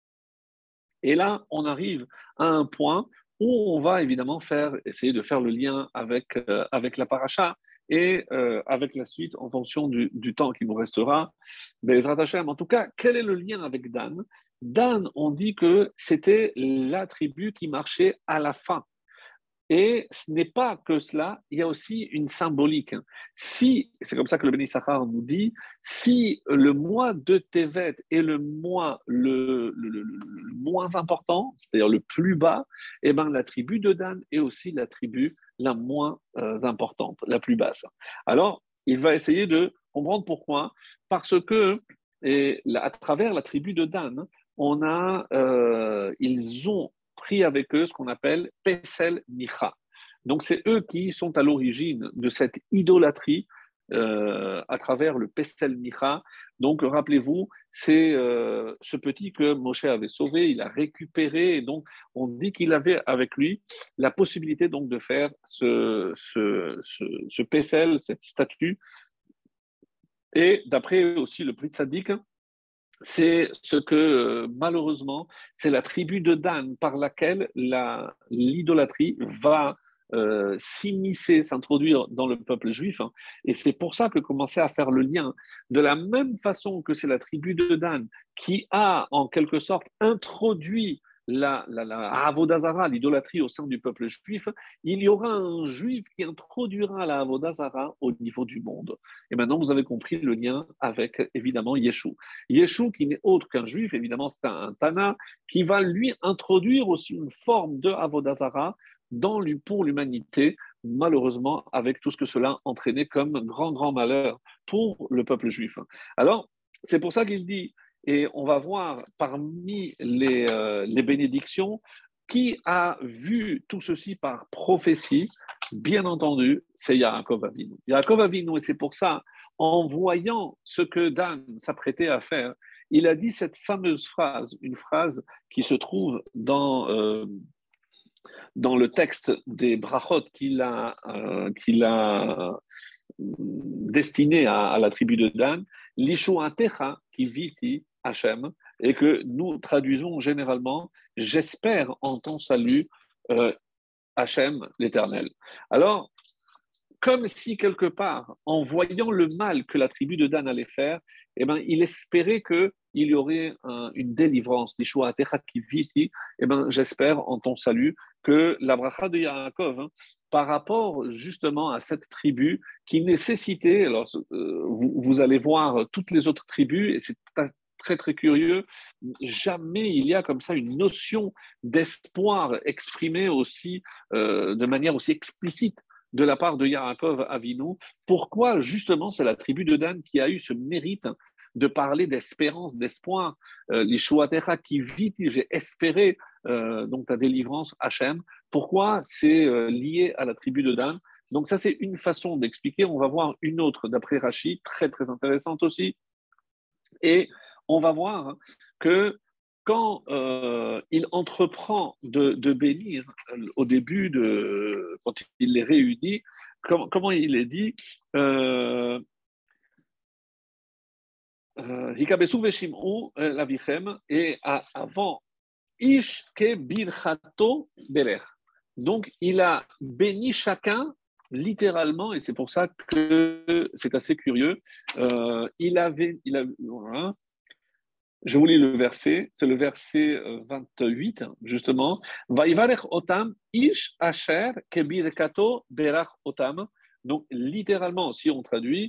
Et là, on arrive à un point où on va évidemment essayer de faire le lien avec la paracha et avec la suite en fonction du temps qui nous restera. Bezrat Hashem. En tout cas, quel est le lien avec Dan? Dan, on dit que c'était la tribu qui marchait à la fin. Et ce n'est pas que cela, il y a aussi une symbolique. Si, c'est comme ça que le Béni Issachar nous dit, si le mois de Tevet est le mois le moins important, c'est-à-dire le plus bas, eh ben, la tribu de Dan est aussi la tribu la moins importante, la plus basse. Alors, il va essayer de comprendre pourquoi. Parce que, à travers la tribu de Dan, ils ont pris avec eux ce qu'on appelle Pesel Micha. Donc, c'est eux qui sont à l'origine de cette idolâtrie à travers le Pesel Micha. Donc, rappelez-vous, c'est ce petit que Moshe avait sauvé, il a récupéré, et donc on dit qu'il avait avec lui la possibilité donc de faire ce Pesel, cette statue. Et d'après aussi le Pri Tzadik, c'est ce que malheureusement, c'est la tribu de Dan par laquelle l'idolâtrie va s'immiscer, s'introduire dans le peuple juif. Hein. Et c'est pour ça que commencer à faire le lien. De la même façon que c'est la tribu de Dan qui a en quelque sorte introduit la Avodazara, l'idolâtrie au sein du peuple juif, il y aura un juif qui introduira la Avodazara au niveau du monde. Et maintenant, vous avez compris le lien avec, évidemment, Yeshua. Yeshua, qui n'est autre qu'un juif, évidemment, c'est un Tana, qui va lui introduire aussi une forme de Avodazara pour l'humanité, malheureusement, avec tout ce que cela entraînait comme grand malheur pour le peuple juif. Alors, c'est pour ça qu'il dit, et on va voir parmi les bénédictions, qui a vu tout ceci par prophétie, bien entendu, c'est Yaakov Avinu. Yaakov Avinu, et c'est pour ça, en voyant ce que Dan s'apprêtait à faire, il a dit cette fameuse phrase, une phrase qui se trouve dans le texte des brachot qu'il a destiné à la tribu de Dan, Lishuatecha qui viti Hachem, et que nous traduisons généralement j'espère en ton salut, Hachem l'Éternel. Alors, comme si quelque part, en voyant le mal que la tribu de Dan allait faire, eh ben, il espérait qu'il y aurait une délivrance. Eh ben, j'espère en ton salut que la bracha de Yaakov, hein, par rapport justement à cette tribu qui nécessitait, alors vous allez voir toutes les autres tribus, et c'est très curieux, jamais il y a comme ça une notion d'espoir exprimée aussi de manière aussi explicite de la part de Yaakov Avinu. Pourquoi justement c'est la tribu de Dan qui a eu ce mérite de parler d'espérance, d'espoir. Les Shuatecha qui vit, j'ai espéré donc ta délivrance, Hachem. Pourquoi c'est lié à la tribu de Dan? Donc ça c'est une façon d'expliquer. On va voir une autre d'après Rashi, très intéressante aussi. Et on va voir que quand il entreprend de bénir au début, quand il les réunit, comment il est dit Hikabesu veshim'u lavichem, et avant, Ish ke birchato beler. Donc, il a béni chacun littéralement, et c'est pour ça que c'est assez curieux. Voilà. Je vous lis le verset, c'est le verset 28, justement. Vaivarech otam ish asher kebirkato berach otam. Donc, littéralement, si on traduit,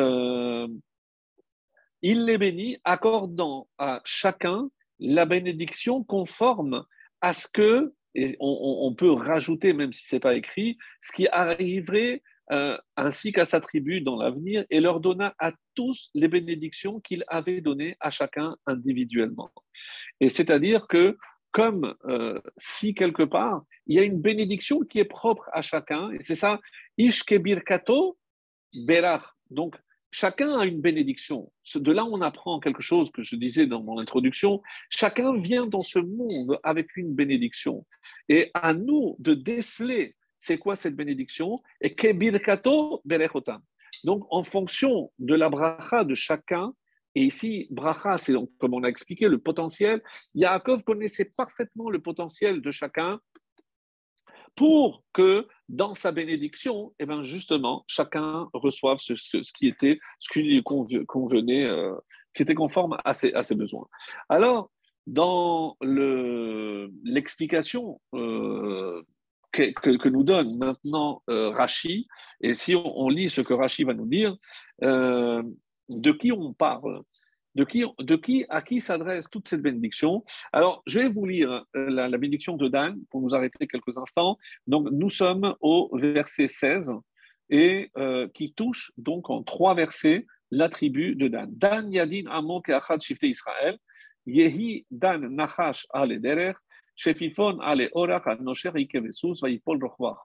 il les bénit, accordant à chacun la bénédiction conforme à ce que, et on peut rajouter, même si ce n'est pas écrit, ce qui arriverait ainsi qu'à sa tribu dans l'avenir, et leur donna à tous les bénédictions qu'il avait données à chacun individuellement. Et c'est-à-dire que, comme si quelque part, il y a une bénédiction qui est propre à chacun, et c'est ça, Ish kebirkato berach. Donc, chacun a une bénédiction. De là, on apprend quelque chose que je disais dans mon introduction. Chacun vient dans ce monde avec une bénédiction. Et à nous de déceler c'est quoi cette bénédiction, et kebirkato berechotam. Donc, en fonction de la bracha de chacun, et ici, bracha, c'est donc, comme on a expliqué, le potentiel. Yaakov connaissait parfaitement le potentiel de chacun pour que dans sa bénédiction, eh ben justement, chacun reçoive ce qui lui convenait, qui était conforme à ses besoins. Alors, dans l'explication que nous donne maintenant Rashi, et si on lit ce que Rashi va nous dire, de qui on parle, à qui s'adresse toute cette bénédiction. Alors, je vais vous lire la bénédiction de Dan pour nous arrêter quelques instants. Donc, nous sommes au verset 16 et qui touche donc en 3 versets la tribu de Dan. Dan yadin amon keachad shifte Israël, yehi Dan nachash ale derer, shefifon ale orach anosher ikevesus vaipol rochvachor,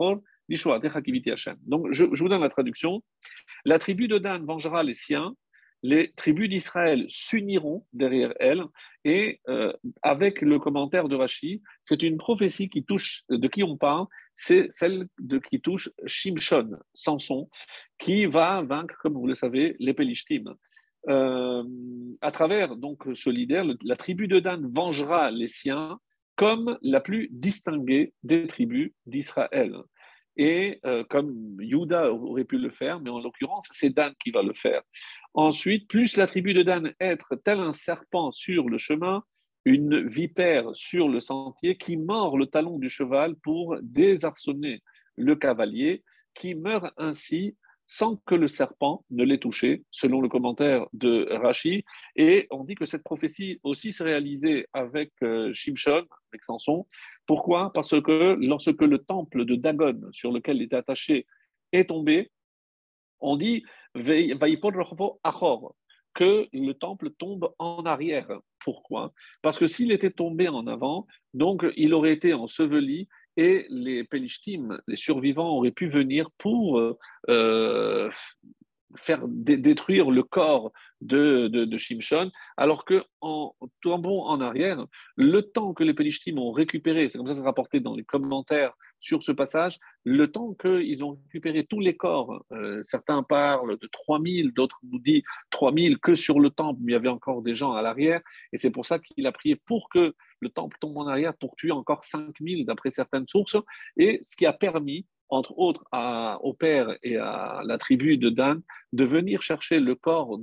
Lishuatecha kiviti Hashem. Donc, je vous donne la traduction. La tribu de Dan vengera les siens, les tribus d'Israël s'uniront derrière elle, et avec le commentaire de Rashi, c'est une prophétie qui touche, de qui on parle, c'est celle qui touche Shimshon, Samson, qui va vaincre, comme vous le savez, les Pélishtim. À travers donc ce leader, la tribu de Dan vengera les siens comme la plus distinguée des tribus d'Israël. Et comme Juda aurait pu le faire, mais en l'occurrence, c'est Dan qui va le faire. Ensuite, plus la tribu de Dan être tel un serpent sur le chemin, une vipère sur le sentier qui mord le talon du cheval pour désarçonner le cavalier, qui meurt ainsi sans que le serpent ne l'ait touché, selon le commentaire de Rashi. Et on dit que cette prophétie aussi s'est réalisée avec Shimshon, avec Samson. Pourquoi? Parce que lorsque le temple de Dagon, sur lequel il était attaché, est tombé, on dit que le temple tombe en arrière. Pourquoi? Parce que s'il était tombé en avant, donc il aurait été enseveli et les Pélishtim, les survivants, auraient pu venir pour faire détruire le corps de Shimshon, alors qu'en tombant en arrière, le temps que les Pélishtim ont récupéré, c'est comme ça que c'est rapporté dans les commentaires sur ce passage, le temps qu'ils ont récupéré tous les corps, certains parlent de 3000, d'autres nous disent 3000 que sur le temple, mais il y avait encore des gens à l'arrière, et c'est pour ça qu'il a prié pour que le temple tombe en arrière, pour tuer encore 5000 d'après certaines sources, et ce qui a permis entre autres au père et à la tribu de Dan, de venir chercher le corps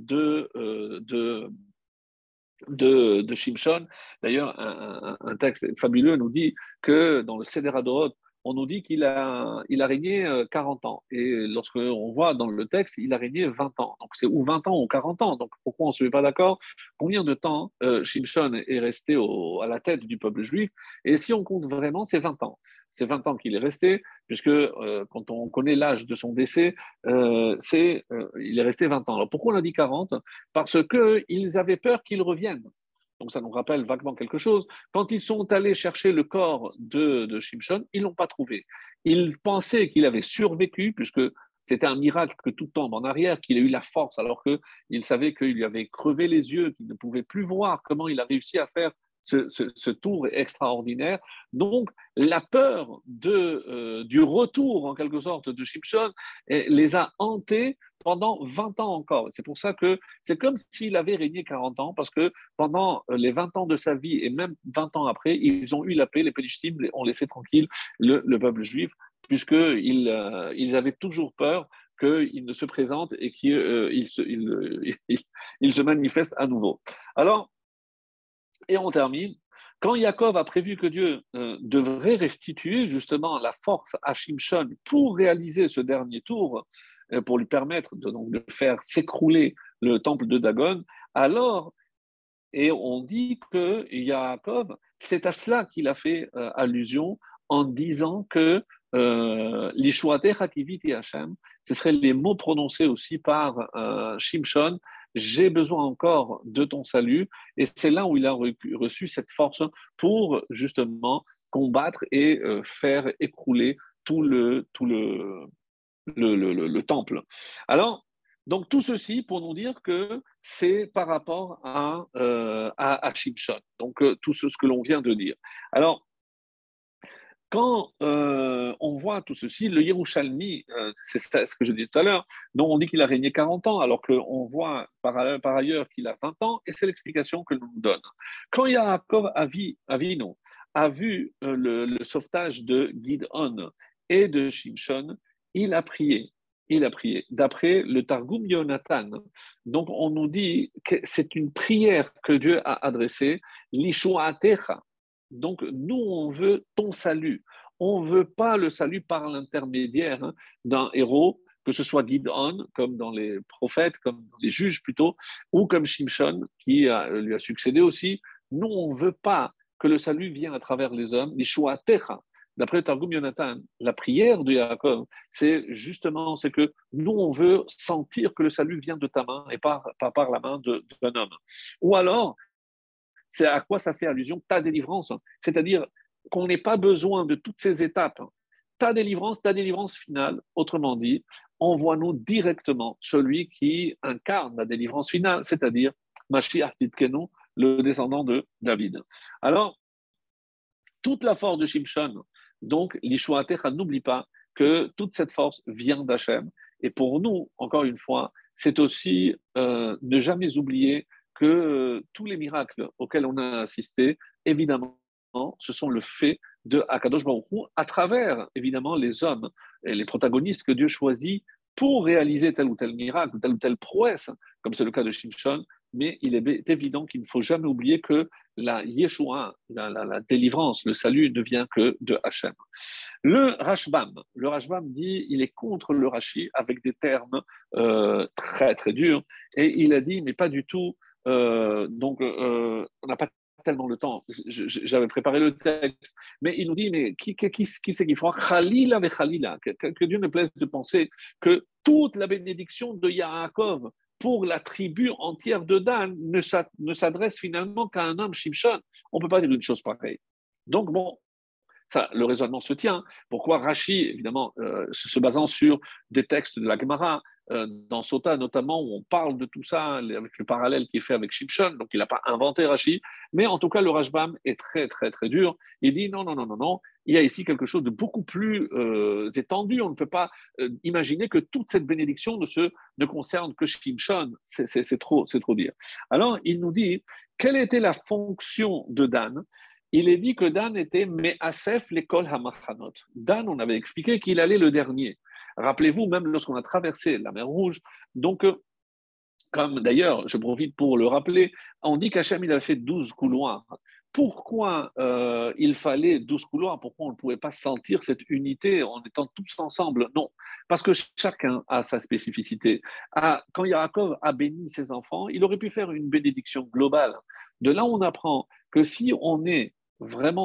de Shimshon. D'ailleurs, un texte fabuleux nous dit que dans le Seder HaDorot, on nous dit il a régné 40 ans. Et lorsque on voit dans le texte, il a régné 20 ans. Donc c'est ou 20 ans ou 40 ans. Donc pourquoi on ne se met pas d'accord? Combien de temps Shimshon est resté à la tête du peuple juif? Et si on compte vraiment, c'est 20 ans. C'est 20 ans qu'il est resté, puisque quand on connaît l'âge de son décès, il est resté 20 ans. Alors pourquoi on a dit 40? Parce qu'ils avaient peur qu'il revienne. Donc ça nous rappelle vaguement quelque chose. Quand ils sont allés chercher le corps de Shimshon, ils ne l'ont pas trouvé. Ils pensaient qu'il avait survécu, puisque c'était un miracle que tout tombe en arrière, qu'il ait eu la force, alors qu'ils savaient qu'il lui avait crevé les yeux, qu'il ne pouvait plus voir comment il a réussi à faire ce tour extraordinaire. Donc, la peur du retour, en quelque sorte, de Shimshon les a hantés pendant 20 ans encore. C'est pour ça que c'est comme s'il avait régné 40 ans, parce que pendant les 20 ans de sa vie, et même 20 ans après, ils ont eu la paix, les Pélishtim ont laissé tranquille le peuple juif, puisqu'ils avaient toujours peur qu'il ne se présente et qu'il il se manifeste à nouveau. Alors, et on termine. Quand Jacob a prévu que Dieu devrait restituer justement la force à Shimshon pour réaliser ce dernier tour, pour lui permettre donc, de faire s'écrouler le temple de Dagon, alors, et on dit que Jacob, c'est à cela qu'il a fait allusion en disant que l'Ishuatecha kiviti Hashem, ce seraient les mots prononcés aussi par Shimshon, j'ai besoin encore de ton salut, et c'est là où il a reçu cette force pour justement combattre et faire écrouler tout le temple. Alors, donc tout ceci pour nous dire que c'est par rapport à Shimshon, donc tout ce que l'on vient de dire. Alors, quand on voit tout ceci, le Yerushalmi, c'est ce que je disais tout à l'heure, dont on dit qu'il a régné 40 ans, alors qu'on voit par ailleurs qu'il a 20 ans, et c'est l'explication que nous donne. Quand Yaakov Avinu a vu le sauvetage de Gidon et de Shimshon, il a prié. Il a prié. D'après le Targum Yonatan, donc on nous dit que c'est une prière que Dieu a adressée, Lishuatecha. Donc, nous, on veut ton salut. On ne veut pas le salut par l'intermédiaire d'un héros, que ce soit Gidon, comme dans les prophètes, comme dans les juges plutôt, ou comme Shimshon, qui lui a succédé aussi. Nous, on ne veut pas que le salut vienne à travers les hommes, Yeshua Techa. D'après le Targum Yonatan, la prière de Yaakov, c'est justement, c'est que nous, on veut sentir que le salut vient de ta main et pas par la main d'un homme. Ou alors, c'est à quoi ça fait allusion ta délivrance, c'est-à-dire qu'on n'ait pas besoin de toutes ces étapes. ta délivrance finale, autrement dit, envoie-nous directement celui qui incarne la délivrance finale, c'est-à-dire Mashiach Tzidkenu, le descendant de David. Alors, toute la force de Shimshon, donc l'Ishuatecha, n'oublie pas que toute cette force vient d'Hachem. Et pour nous, encore une fois, c'est aussi ne jamais oublier que tous les miracles auxquels on a assisté, évidemment, ce sont le fait de Akadosh Baruch Hu, à travers, évidemment, les hommes et les protagonistes que Dieu choisit pour réaliser tel ou tel miracle, telle ou telle prouesse, comme c'est le cas de Shimshon. Mais il est évident qu'il ne faut jamais oublier que la Yeshua, la délivrance, le salut ne vient que de Hachem. Le Rashbam dit, il est contre le Rashi avec des termes très très durs, et il a dit, mais pas du tout, on n'a pas tellement le temps, j'avais préparé le texte, mais il nous dit, mais qui c'est qui fera Khalila ve Khalila, que Dieu ne plaise de penser que toute la bénédiction de Yaakov pour la tribu entière de Dan ne s'adresse finalement qu'à un homme, Shimshon. On ne peut pas dire une chose pareille. Donc, bon, ça, le raisonnement se tient. Pourquoi Rashi, évidemment, se basant sur des textes de la Gemara, dans Sota notamment, où on parle de tout ça, avec le parallèle qui est fait avec Shimshon, donc il n'a pas inventé Rashi, mais en tout cas, le Rashbam est très, très, très dur. Il dit non, non, non, non, non, il y a ici quelque chose de beaucoup plus étendu. On ne peut pas imaginer que toute cette bénédiction ne concerne que Shimshon. C'est trop dire. Alors, il nous dit, quelle était la fonction de Dan? Il est dit que Dan était Me'asef l'école Hamachanot. Dan, on avait expliqué qu'il allait le dernier. Rappelez-vous, même lorsqu'on a traversé la mer Rouge, donc, comme d'ailleurs, je profite pour le rappeler, on dit qu'Hachem, il a fait 12 couloirs. Pourquoi il fallait 12 couloirs? Pourquoi on ne pouvait pas sentir cette unité en étant tous ensemble? Non, parce que chacun a sa spécificité. Quand Yaakov a béni ses enfants, il aurait pu faire une bénédiction globale. De là, on apprend que si on est vraiment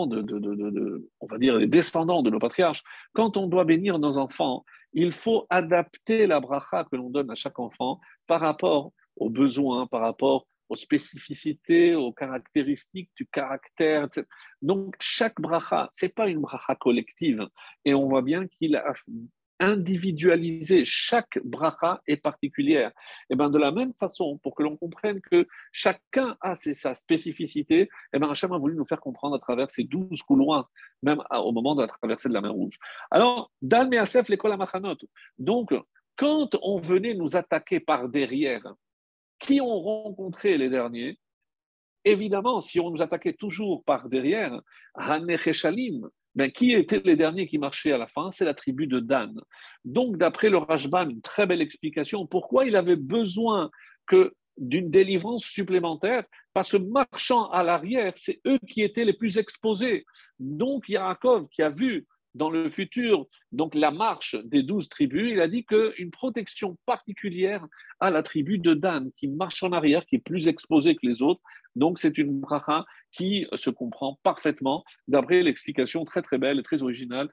on va dire, les descendants de nos patriarches, quand on doit bénir nos enfants, il faut adapter la bracha que l'on donne à chaque enfant par rapport aux besoins, par rapport aux spécificités, aux caractéristiques du caractère, etc. Donc, chaque bracha, ce n'est pas une bracha collective. Et on voit bien qu'il a individualisé. Chaque bracha est particulière. Et bien, de la même façon, pour que l'on comprenne que chacun a sa spécificité, et bien, Hachem a voulu nous faire comprendre à travers ces 12 couloirs, même au moment de la traversée de la mer Rouge. Alors, Dan Measef, l'école à Machanot. Donc, quand on venait nous attaquer par derrière, qui ont rencontré les derniers? Évidemment, si on nous attaquait toujours par derrière, Hanecheshalim, ben, qui étaient les derniers qui marchaient à la fin? C'est la tribu de Dan. Donc, d'après le Rashbam, une très belle explication. Pourquoi il avait besoin d'une délivrance supplémentaire? Parce que marchant à l'arrière, c'est eux qui étaient les plus exposés. Donc, Yaakov, qui a vu dans le futur, donc la marche des 12 tribus, il a dit qu'une protection particulière à la tribu de Dan, qui marche en arrière, qui est plus exposée que les autres. Donc, c'est une bracha qui se comprend parfaitement d'après l'explication très, très belle et très originale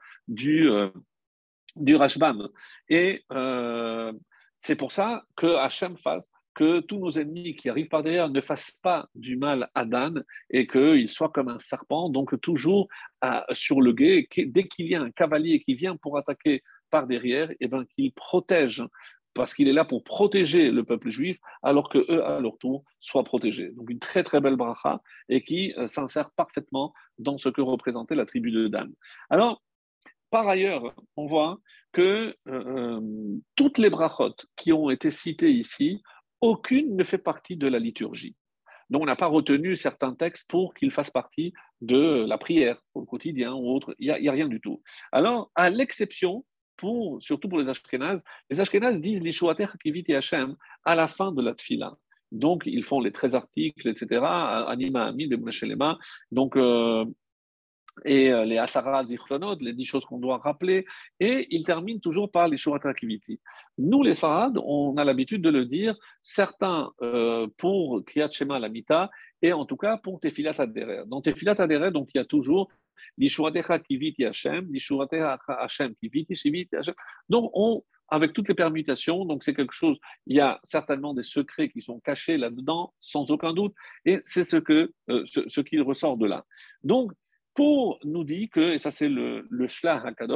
du Rashbam. Et c'est pour ça que Hachem fasse que tous nos ennemis qui arrivent par derrière ne fassent pas du mal à Dan et qu'ils soient comme un serpent, donc toujours sur le guet. Dès qu'il y a un cavalier qui vient pour attaquer par derrière, et ben, qu'il protège, parce qu'il est là pour protéger le peuple juif, alors que eux, à leur tour, soient protégés. Donc une très très belle bracha et qui s'insère parfaitement dans ce que représentait la tribu de Dan. Alors, par ailleurs, on voit que toutes les brachot qui ont été citées ici, aucune ne fait partie de la liturgie. Donc, on n'a pas retenu certains textes pour qu'ils fassent partie de la prière au quotidien ou autre. Il n'y a rien du tout. Alors, à l'exception, surtout pour les Ashkénazes disent l'Ishuater Kiviti Hashem à la fin de la tfila. Donc, ils font les 13 articles, etc. Anima, Amin, Bemunashelema. Donc, et les Asara Zichronot, les 10 choses qu'on doit rappeler, et il termine toujours par les Shurat Akiviti. Nous, les Sfarad, on a l'habitude de le dire, certains pour Kriyat Shema Lamita, et en tout cas pour Tefilat Aderer. Dans Tefilat Aderer, donc il y a toujours l'Ishuratecha Kiviti Hashem, l'Ishuratecha Hashem Kiviti Shiviti Hashem. Donc avec toutes les permutations, donc c'est quelque chose, il y a certainement des secrets qui sont cachés là-dedans, sans aucun doute, et c'est ce qui ressort de là. Donc, pour nous dire que, et ça c'est le Shlach HaKadosh,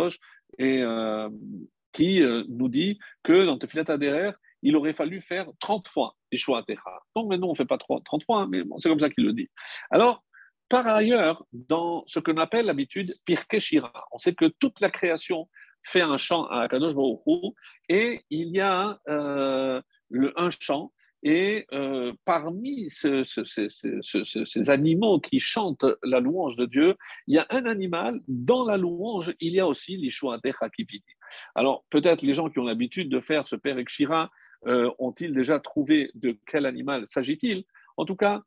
et qui nous dit que dans Tefilat Aderer, il aurait fallu faire 30 fois Yeshua Techa. Donc maintenant, on ne fait pas 30 fois, mais bon, c'est comme ça qu'il le dit. Alors, par ailleurs, dans ce qu'on appelle l'habitude Pirkei Shira, on sait que toute la création fait un chant à Kadosh Baruch Hu, et il y a un chant, et parmi ces animaux qui chantent la louange de Dieu, il y a un animal, dans la louange, il y a aussi l'Ishua Techa Kiviti. Alors, peut-être les gens qui ont l'habitude de faire ce Perek Shira ont-ils déjà trouvé de quel animal s'agit-il? En tout cas,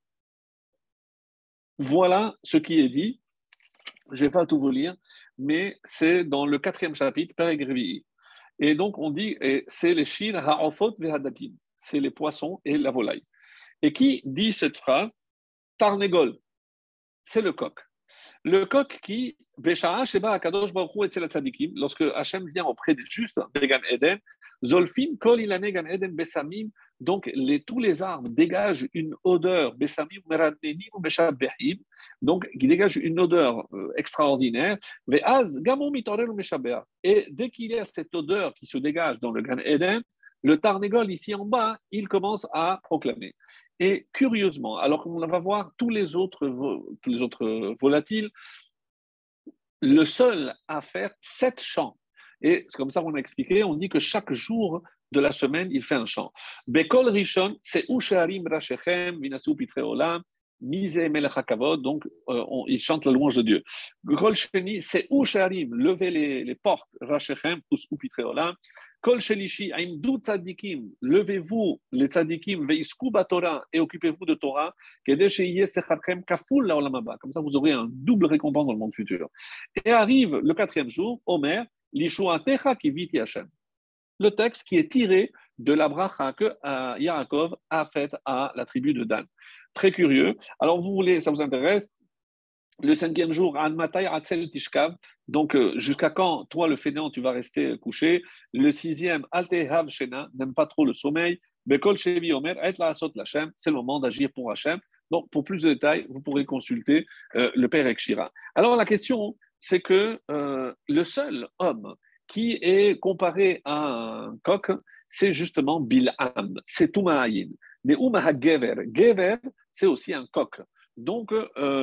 voilà ce qui est dit. Je ne vais pas tout vous lire, mais c'est dans le 4e chapitre, Perek Revi'i. Et donc, on dit, et c'est les shir ha'ofot ve'hadakim, c'est les poissons et la volaille. Et qui dit cette phrase? Tarnegol, c'est le coq. Le coq qui, Besha'a Sheba Akadosh Baruch Hu Etzel Tzadikim, lorsque Hachem vient auprès des justes, Began Eden, Zolfin Kol Ilane Gan Eden Besamim, donc tous les arbres dégagent une odeur, Besamim Meradnenim ou Meshabehim, donc qui dégagent une odeur extraordinaire, Ve'az Gamon Mitorel ou Meshabeh. Et dès qu'il y a cette odeur qui se dégage dans le Gan Eden, le Tarnegol ici en bas, il commence à proclamer. Et curieusement, alors qu'on va voir tous les autres volatiles, le seul à faire 7 chants. Et c'est comme ça qu'on a expliqué, on dit que chaque jour de la semaine, il fait un chant. Bekol Rishon, c'est Usharim Rashechem, Minasu Pitre Olam, Mise Melech HaKavod, donc il chante la louange de Dieu. Bekol Sheni, c'est Usharim, levez les portes, Rashechem, Usku Pitre Olam. Kol Shelishi, Aimdu Tzadikim, levez-vous les Tzadikim, Veisku Batora, et occupez-vous de Torah, Kedesheye Secharchem Kaful la Olam Haba. Comme ça, vous aurez un double récompense dans le monde futur. Et arrive le 4e jour, Omer, Lishua Techa Kiviti Hashem. Le texte qui est tiré de la bracha que Yaakov a faite à la tribu de Dan. Très curieux. Alors, vous voulez, ça vous intéresse? Le 5e jour, An Matai Atzel Tishkav. Donc, jusqu'à quand, toi, le fainéant, tu vas rester couché? Le 6e, Alte Hav Shena, n'aime pas trop le sommeil. Bekol Shevi Omer, Et la Asot Lachem, c'est le moment d'agir pour Hachem. Donc, pour plus de détails, vous pourrez consulter le Perek Shira. Alors, la question, c'est que le seul homme qui est comparé à un coq, c'est justement Bil'am, c'est Toumahayin. Mais Umaha Gever, Gever, c'est aussi un coq. Donc,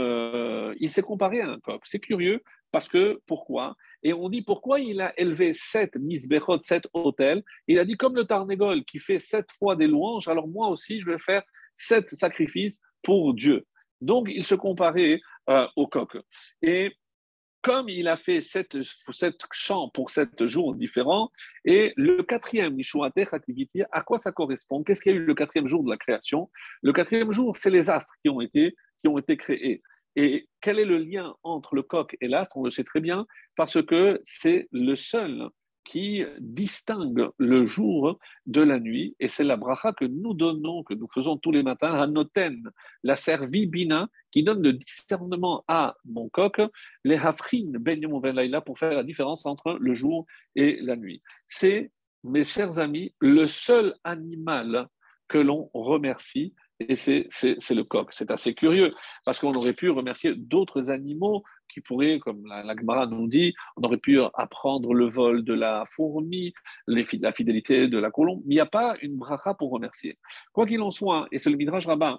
il s'est comparé à un coq. C'est curieux parce que, pourquoi? Et on dit pourquoi il a élevé 7 misbechot, 7 autels. Il a dit comme le Tarnegol qui fait 7 fois des louanges, alors moi aussi je vais faire 7 sacrifices pour Dieu. Donc, il se comparait au coq. Et comme il a fait 7 chants pour 7 jours différents, et le 4e, Nishuatech Activity, à quoi ça correspond? Qu'est-ce qu'il y a eu le 4e jour de la création? Le 4e jour, c'est les astres qui ont été créés. Et quel est le lien entre le coq et l'astre? On le sait très bien, parce que c'est le seul qui distingue le jour de la nuit, et c'est la bracha que nous donnons, que nous faisons tous les matins, Hanoten, la servi Bina, qui donne le discernement à mon coq, les hafrin ben yom uven laïla, pour faire la différence entre le jour et la nuit. C'est, mes chers amis, le seul animal que l'on remercie, et c'est le coq. C'est assez curieux, parce qu'on aurait pu remercier d'autres animaux qui pourraient, comme la Gemara nous dit, on aurait pu apprendre le vol de la fourmi, la fidélité de la colombe, mais il n'y a pas une bracha pour remercier. Quoi qu'il en soit, et c'est le Midrash Rabbin,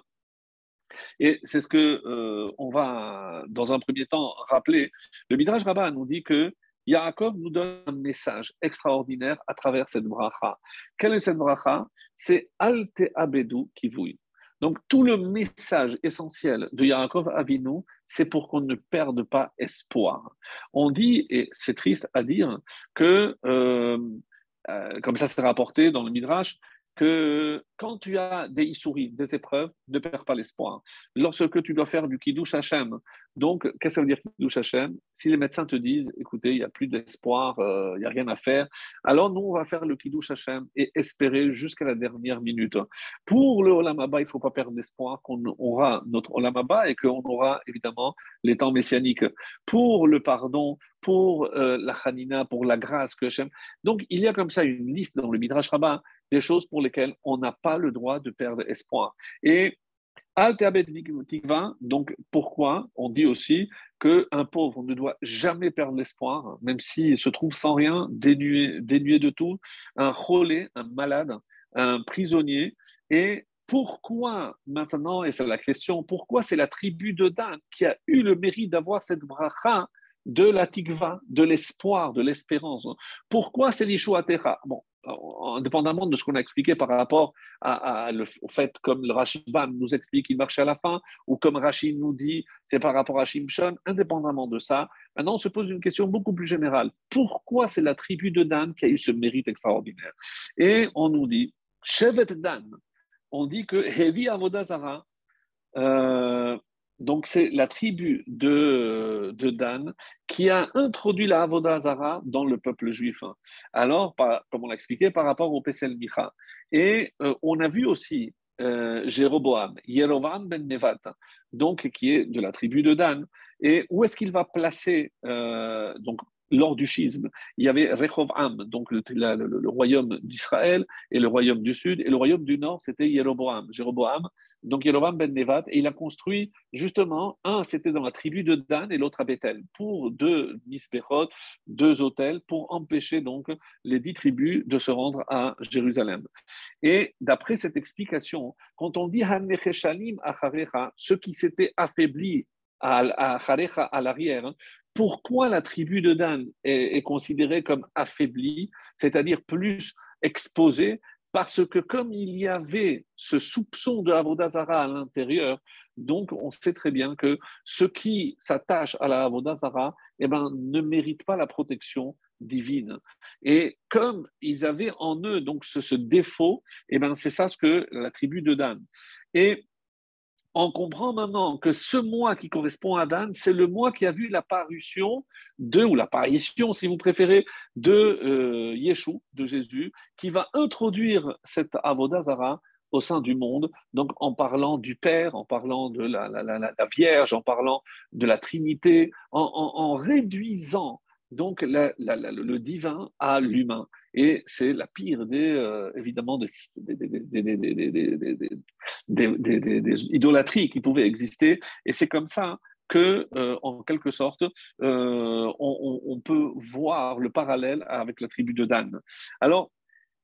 et c'est ce que on va, dans un premier temps, rappeler. Le Midrash Rabbah nous dit que Yaakov nous donne un message extraordinaire à travers cette bracha. Quelle est cette bracha? C'est Alte Abedu Kivui. Donc, tout le message essentiel de Yaakov Avinu, c'est pour qu'on ne perde pas espoir. On dit, et c'est triste à dire, que, comme ça c'est rapporté dans le Midrash, que quand tu as des issouris, des épreuves, ne perds pas l'espoir. Lorsque tu dois faire du kiddush Hashem, donc qu'est-ce que ça veut dire kiddush Hashem? Si les médecins te disent, écoutez, il n'y a plus d'espoir, il n'y a rien à faire, alors nous, on va faire le kiddush Hashem et espérer jusqu'à la dernière minute. Pour le Olam Haba, il ne faut pas perdre l'espoir qu'on aura notre Olam Haba et qu'on aura évidemment les temps messianiques. Pour le pardon, pour la Hanina, pour la grâce que Hashem. Donc, il y a comme ça une liste dans le Midrash Rabbah des choses pour lesquelles on n'a pas le droit de perdre espoir. Et Al te'abed tikva, donc pourquoi on dit aussi qu'un pauvre ne doit jamais perdre l'espoir, même s'il se trouve sans rien, dénué de tout, un cholé, un malade, un prisonnier. Et pourquoi maintenant, et c'est la question, pourquoi c'est la tribu de Dan qui a eu le mérite d'avoir cette bracha de la tikva, de l'espoir, de l'espérance? Pourquoi c'est l'Ishua Techa? Bon, indépendamment de ce qu'on a expliqué par rapport au fait, comme le Rashbam nous explique, il marche à la fin, ou comme Rachid nous dit, c'est par rapport à Shimshon, indépendamment de ça, maintenant on se pose une question beaucoup plus générale. Pourquoi c'est la tribu de Dan qui a eu ce mérite extraordinaire? Et on nous dit, Shevet Dan, on dit que Hevi Avodazara, euh, donc c'est la tribu de Dan qui a introduit la Avodah dans le peuple juif. Alors, comme on l'a expliqué, par rapport au Pesel Micha. Et on a vu aussi Jéroboam, Yerovam ben Nevat, donc qui est de la tribu de Dan. Et où est-ce qu'il va placer donc lors du schisme, il y avait Rehovam, donc le royaume d'Israël, et le royaume du sud, et le royaume du nord, c'était Jéroboam, donc Yerovam ben Nevat, et il a construit justement, un c'était dans la tribu de Dan et l'autre à Bethel, pour deux misbechot, deux hôtels, pour empêcher donc les 10 tribus de se rendre à Jérusalem. Et d'après cette explication, quand on dit Hanecheshalim acharecha, ceux qui s'étaient affaiblis à l'arrière, pourquoi la tribu de Dan est considérée comme affaiblie, c'est-à-dire plus exposée? Parce que comme il y avait ce soupçon de Avodazara à l'intérieur, donc on sait très bien que ceux qui s'attachent à la Avodazara ne méritent pas la protection divine. Et comme ils avaient en eux donc ce défaut, c'est ça ce que la tribu de Dan. Et on comprend maintenant que ce mois qui correspond à Dan, c'est le mois qui a vu l'apparition ou l'apparition, si vous préférez, de Yeshua, de Jésus, qui va introduire cette Avodazara au sein du monde, donc en parlant du Père, en parlant de la Vierge, en parlant de la Trinité, en réduisant donc le divin à l'humain. Et c'est la pire évidemment, des idolâtries qui pouvaient exister. Et c'est comme ça que, en quelque sorte, on peut voir le parallèle avec la tribu de Dan. Alors,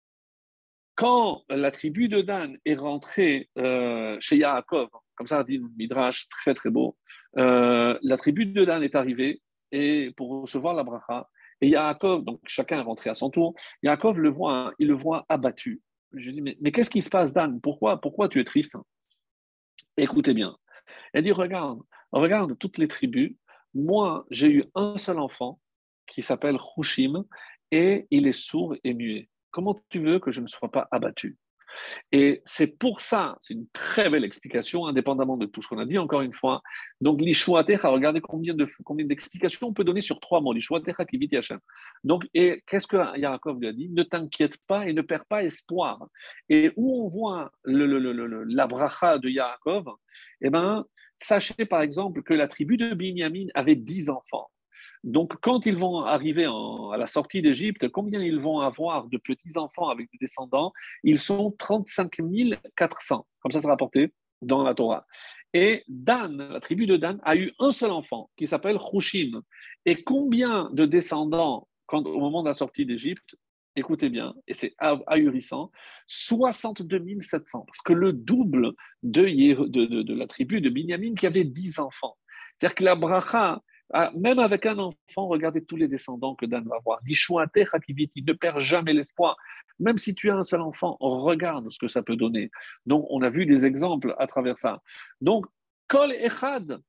quand la tribu de Dan est rentrée chez Yaakov, comme ça dit le Midrash, très très beau, la tribu de Dan est arrivée et pour recevoir la bracha. Et Yaakov, donc chacun est rentré à son tour, Yaakov il le voit abattu. Je dis, mais qu'est-ce qui se passe, Dan? Pourquoi tu es triste? Écoutez bien. Elle dit, regarde toutes les tribus. Moi, j'ai eu un seul enfant qui s'appelle Hushim et il est sourd et muet. Comment tu veux que je ne sois pas abattu? Et c'est pour ça, c'est une très belle explication, indépendamment de tout ce qu'on a dit, encore une fois. Donc, l'Ishuatecha, regardez combien d'explications on peut donner sur 3 mots. L'Ishuatecha qui vit Hachem. Donc, et qu'est-ce que Yaakov lui a dit? Ne t'inquiète pas et ne perds pas espoir. Et où on voit la bracha de Yaakov, eh ben, sachez par exemple que la tribu de Binyamin avait 10 enfants. Donc, quand ils vont arriver à la sortie d'Égypte, combien ils vont avoir de petits-enfants avec des descendants? Ils sont 35 400, comme ça c'est rapporté dans la Torah. Et Dan, la tribu de Dan, a eu un seul enfant qui s'appelle Hushim. Et combien de descendants au moment de la sortie d'Égypte? Écoutez bien, et c'est ahurissant, 62 700, parce que le double de la tribu de Binyamin qui avait 10 enfants. C'est-à-dire que la bracha, même avec un enfant, regardez tous les descendants que Dan va avoir. Il ne perd jamais l'espoir. Même si tu as un seul enfant, regarde ce que ça peut donner. Donc, on a vu des exemples à travers ça. Donc, Kol Echad,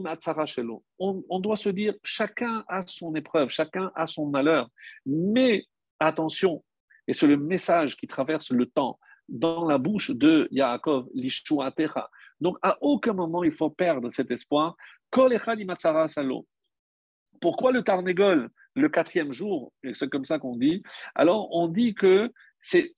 on doit se dire, chacun a son épreuve, chacun a son malheur. Mais attention, et c'est le message qui traverse le temps, dans la bouche de Yaakov, l'Ishuatecha. Donc, à aucun moment, il faut perdre cet espoir. Kol Echad Imatzara Salo. Pourquoi le Tarnégol, le 4e jour, et c'est comme ça qu'on dit? Alors, on dit que c'est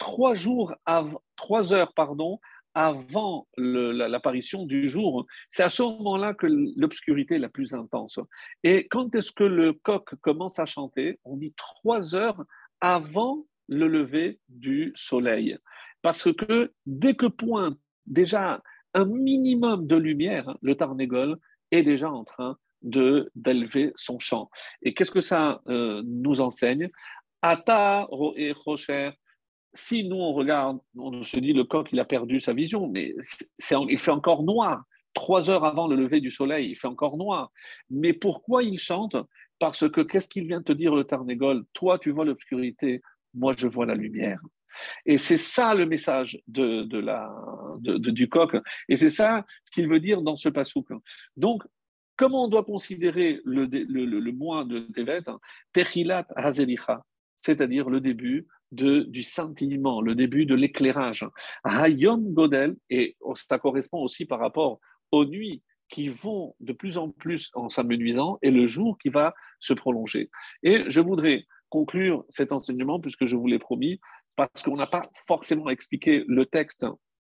3 heures, avant l'apparition du jour. C'est à ce moment-là que l'obscurité est la plus intense. Et quand est-ce que le coq commence à chanter? On dit 3 heures avant le lever du soleil. Parce que dès que pointe déjà un minimum de lumière, hein, le Tarnégol est déjà en train d'élever son chant. Et qu'est-ce que ça nous enseigne? Ata ro'e chosher. Si nous on regarde, on se dit le coq il a perdu sa vision, mais il fait encore noir. 3 heures avant le lever du soleil, il fait encore noir. Mais pourquoi il chante? Parce que qu'est-ce qu'il vient te dire le Tarnégol? Toi tu vois l'obscurité, moi je vois la lumière. Et c'est ça le message du coq. Et c'est ça ce qu'il veut dire dans ce passouk. Donc, comment on doit considérer le mois de Tevet? Techilat Hazelicha, c'est-à-dire le début du scintillement, le début de l'éclairage. Hayom Godel, et ça correspond aussi par rapport aux nuits qui vont de plus en plus en s'amenuisant et le jour qui va se prolonger. Et je voudrais conclure cet enseignement, puisque je vous l'ai promis, parce qu'on n'a pas forcément expliqué le texte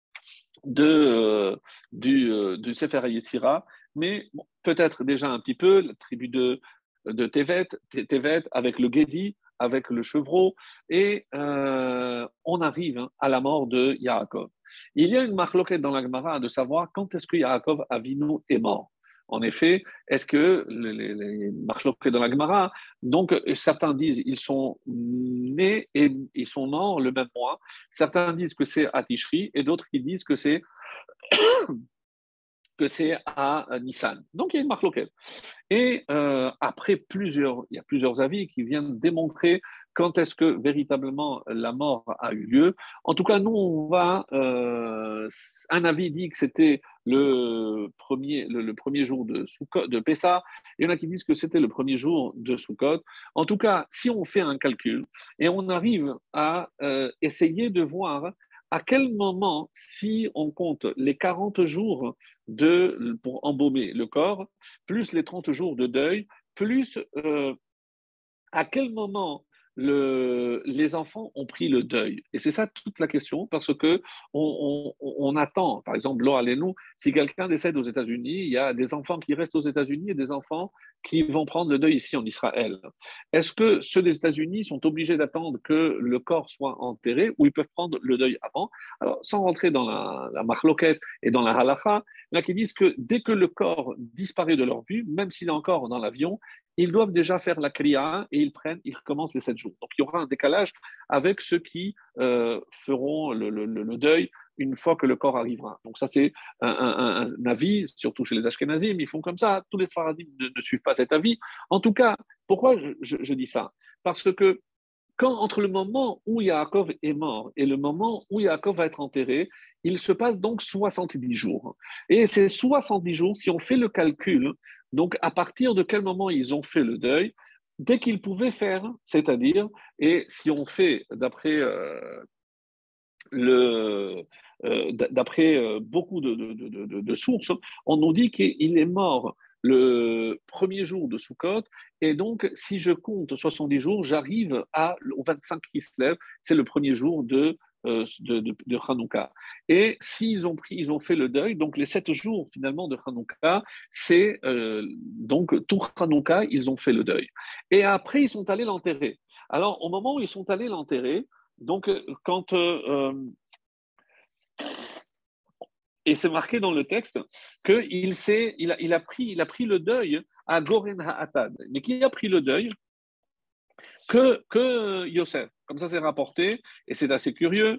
du Sefer Yetzira, mais bon, peut-être déjà un petit peu, la tribu de Tevet avec le Gedi, avec le chevreau, et on arrive à la mort de Yaakov. Il y a une marloquette dans la Gemara de savoir quand est-ce que Yaakov Avinu est mort. En effet, est-ce que les marloquettes dans la Gemara, donc certains disent ils sont nés et ils sont morts le même mois, certains disent que c'est à Tishri et d'autres qui disent que c'est à Nissan. Donc il y a une marloquette. Et après il y a plusieurs avis qui viennent démontrer quand est-ce que véritablement la mort a eu lieu. En tout cas, nous, un avis dit que c'était le premier jour de Pessah, il y en a qui disent que c'était le premier jour de Sukkot. En tout cas, si on fait un calcul et on arrive à essayer de voir à quel moment, si on compte les 40 jours pour embaumer le corps, plus les 30 jours de deuil, plus à quel moment les enfants ont pris le deuil. Et c'est ça toute la question, parce que on attend, par exemple, Lo Alenu, si quelqu'un décède aux États-Unis, il y a des enfants qui restent aux États-Unis et des enfants qui vont prendre le deuil ici en Israël. Est-ce que ceux des États-Unis sont obligés d'attendre que le corps soit enterré ou ils peuvent prendre le deuil avant? Alors, sans rentrer dans la marloquette et dans la halacha, il y en a qui disent que dès que le corps disparaît de leur vue, même s'il est encore dans l'avion, ils doivent déjà faire la kriya et ils recommencent les 7 jours. Donc il y aura un décalage avec ceux qui feront le deuil une fois que le corps arrivera. Donc ça c'est un avis, surtout chez les Ashkenazim, ils font comme ça. Tous les Sfaradim ne suivent pas cet avis. En tout cas, pourquoi je dis ça? Parce que entre le moment où Yaakov est mort et le moment où Yaakov va être enterré, il se passe donc 70 jours. Et ces 70 jours, si on fait le calcul, donc à partir de quel moment ils ont fait le deuil, dès qu'ils pouvaient faire, c'est-à-dire, et si on fait d'après beaucoup de sources, on nous dit qu'il est mort le premier jour de Sukkot, et donc si je compte 70 jours, j'arrive au 25 qui se lève, c'est le premier jour de Hanouka. Et s'ils ils ont fait le deuil, donc les 7 jours finalement de Hanouka, c'est donc tout Hanouka, ils ont fait le deuil. Et après, ils sont allés l'enterrer. Alors, au moment où ils sont allés l'enterrer, donc quand et c'est marqué dans le texte qu'il a pris le deuil à Goren Ha'atad. Mais qui a pris le deuil? Que Yosef. Comme ça, c'est rapporté, et c'est assez curieux.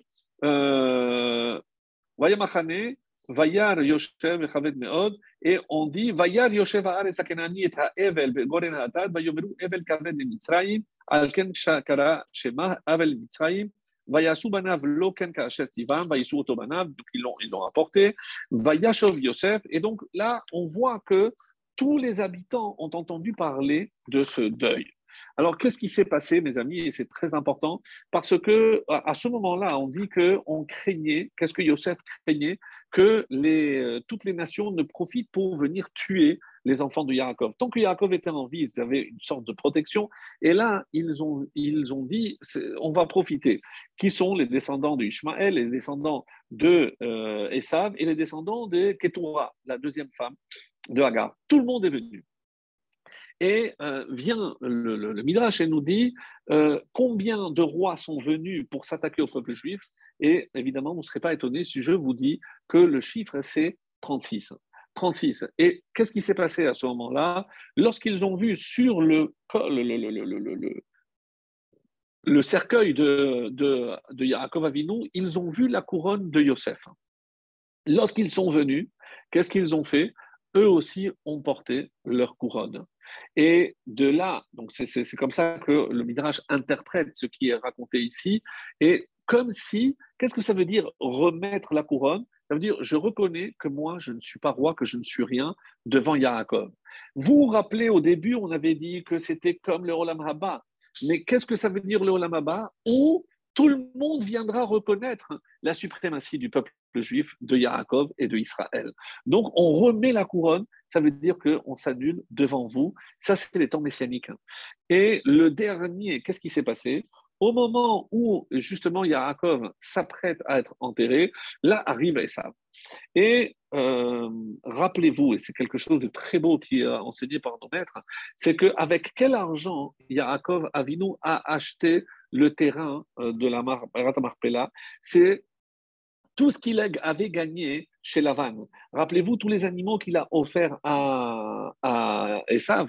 Vayamachane, Vayar Yosef Echaved Meod, et on dit Vayar Yosef Haaretz Hakenani et Ha'evel Goren Ha'atad, Vayomeru Evel Kaved de Mitzrayim, Alken Shakara Shema Avel Mitzrayim. Vayasu banav loken ka'asher tivam, vayisu oto banav, donc ils l'ont apporté. Vayashov Yosef, et donc là, on voit que tous les habitants ont entendu parler de ce deuil. Alors, qu'est-ce qui s'est passé, mes amis? Et c'est très important, parce que à ce moment-là, on dit qu'on craignait, qu'est-ce que Yosef craignait? Que toutes les nations ne profitent pour venir tuer les enfants de Yaakov. Tant que Yaakov était en vie, ils avaient une sorte de protection. Et là, ils ont dit, on va profiter. Qui sont les descendants d'Ishmaël, les descendants de Esav et les descendants de Ketura, la deuxième femme de Hagar. Tout le monde est venu. Et vient le Midrash et nous dit combien de rois sont venus pour s'attaquer au peuple juif? Et évidemment, vous ne serez pas étonné si je vous dis que le chiffre, c'est 36. 36. Et qu'est-ce qui s'est passé à ce moment-là? Lorsqu'ils ont vu sur le cercueil de Yaakov Avinu, ils ont vu la couronne de Yosef. Lorsqu'ils sont venus, qu'est-ce qu'ils ont fait? Eux aussi ont porté leur couronne. Et de là, donc c'est comme ça que le Midrash interprète ce qui est raconté ici. Et comme si, qu'est-ce que ça veut dire remettre la couronne? Ça veut dire, je reconnais que moi, je ne suis pas roi, que je ne suis rien devant Yaakov. Vous vous rappelez, au début, on avait dit que c'était comme le Olam Haba. Mais qu'est-ce que ça veut dire le Olam Haba? Où tout le monde viendra reconnaître la suprématie du peuple juif, de Yaakov et de Israël. Donc, on remet la couronne, ça veut dire qu'on s'annule devant vous. Ça, c'est les temps messianiques. Et le dernier, qu'est-ce qui s'est passé? Au moment où, justement, Yaakov s'apprête à être enterré, là arrive Esav. Et rappelez-vous, et c'est quelque chose de très beau qui est enseigné par nos maîtres, c'est qu'avec quel argent Yaakov Avinu a acheté le terrain de la Marat Marpella? C'est tout ce qu'il avait gagné chez Lavan. Rappelez-vous tous les animaux qu'il a offerts à Esav.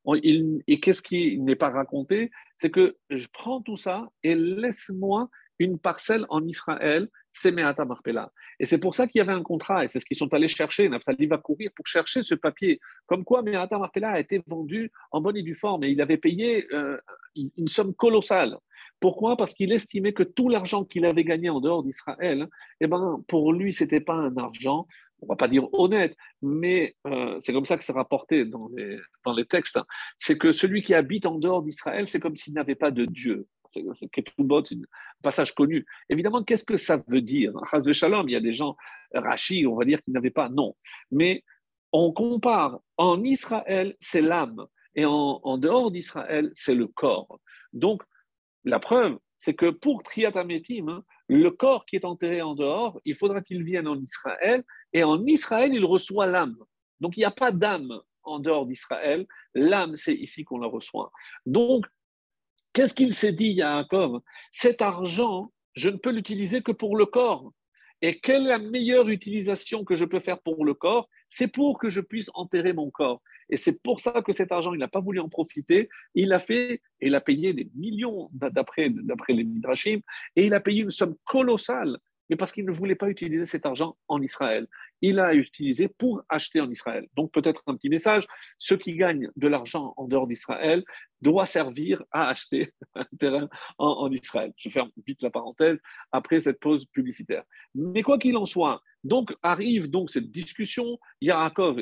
Et qu'est-ce qui n'est pas raconté? C'est que je prends tout ça et laisse-moi une parcelle en Israël, c'est Meata Marpella. Et c'est pour ça qu'il y avait un contrat, et c'est ce qu'ils sont allés chercher. Naphtali va courir pour chercher ce papier. Comme quoi Meata Marpella a été vendu en bonne et due forme, et il avait payé une somme colossale. Pourquoi? Parce qu'il estimait que tout l'argent qu'il avait gagné en dehors d'Israël, eh ben, pour lui, ce n'était pas un argent, on ne va pas dire honnête, mais c'est comme ça que c'est rapporté dans les textes. C'est que celui qui habite en dehors d'Israël, c'est comme s'il n'avait pas de Dieu. C'est Ketubot, c'est un passage connu. Évidemment, qu'est-ce que ça veut dire? Chas de Shalom, il y a des gens, Rachi, on va dire, qui n'avaient pas. Non. Mais on compare. En Israël, c'est l'âme. Et en dehors d'Israël, c'est le corps. Donc, la preuve, c'est que pour Triatamétim, le corps qui est enterré en dehors, il faudra qu'il vienne en Israël, et en Israël, il reçoit l'âme. Donc, il n'y a pas d'âme en dehors d'Israël. L'âme, c'est ici qu'on la reçoit. Donc, qu'est-ce qu'il s'est dit, Yaakov? Cet argent, je ne peux l'utiliser que pour le corps. Et quelle est la meilleure utilisation que je peux faire pour le corps? C'est pour que je puisse enterrer mon corps. Et c'est pour ça que cet argent, il n'a pas voulu en profiter. Il a fait, il a payé des millions d'après les Midrashim, et il a payé une somme colossale, mais parce qu'il ne voulait pas utiliser cet argent en Israël. Il a utilisé pour acheter en Israël. Donc peut-être un petit message, ceux qui gagnent de l'argent en dehors d'Israël doivent servir à acheter un terrain en Israël. Je ferme vite la parenthèse après cette pause publicitaire. Mais quoi qu'il en soit, donc arrive donc cette discussion, Yaakov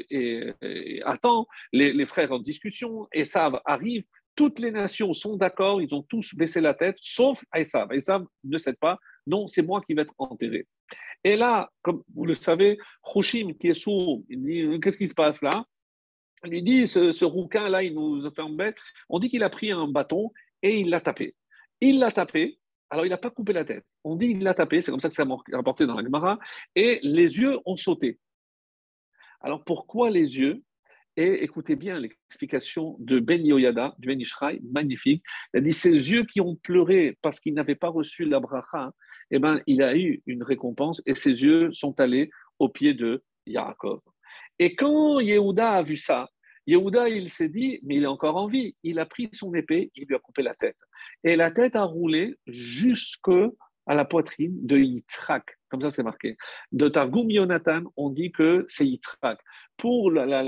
et attend, les frères en discussion, Esav arrive, toutes les nations sont d'accord, ils ont tous baissé la tête, sauf Esav. Esav ne cède pas, non, c'est moi qui vais être enterré. Et là, comme vous le savez, Hushim, qui est sourd, il dit, qu'est-ce qui se passe là? Il lui dit, ce rouquin-là, il nous a fait embêter. On dit qu'il a pris un bâton et il l'a tapé. Il l'a tapé, alors il n'a pas coupé la tête. On dit qu'il l'a tapé, c'est comme ça que c'est rapporté dans la Gemara, et les yeux ont sauté. Alors pourquoi les yeux? Et écoutez bien l'explication de Ben Yoyada, du Ben Ishraï, magnifique. Il a dit, ces yeux qui ont pleuré parce qu'ils n'avaient pas reçu la bracha, eh ben, il a eu une récompense et ses yeux sont allés au pied de Yaakov. Et quand Yehuda a vu ça, Yehuda, il s'est dit, mais il est encore en vie. Il a pris son épée, il lui a coupé la tête. Et la tête a roulé jusqu'à la poitrine de Yitzhak. Comme ça, c'est marqué. De Targum Yonatan, on dit que c'est Yitzhak. Pour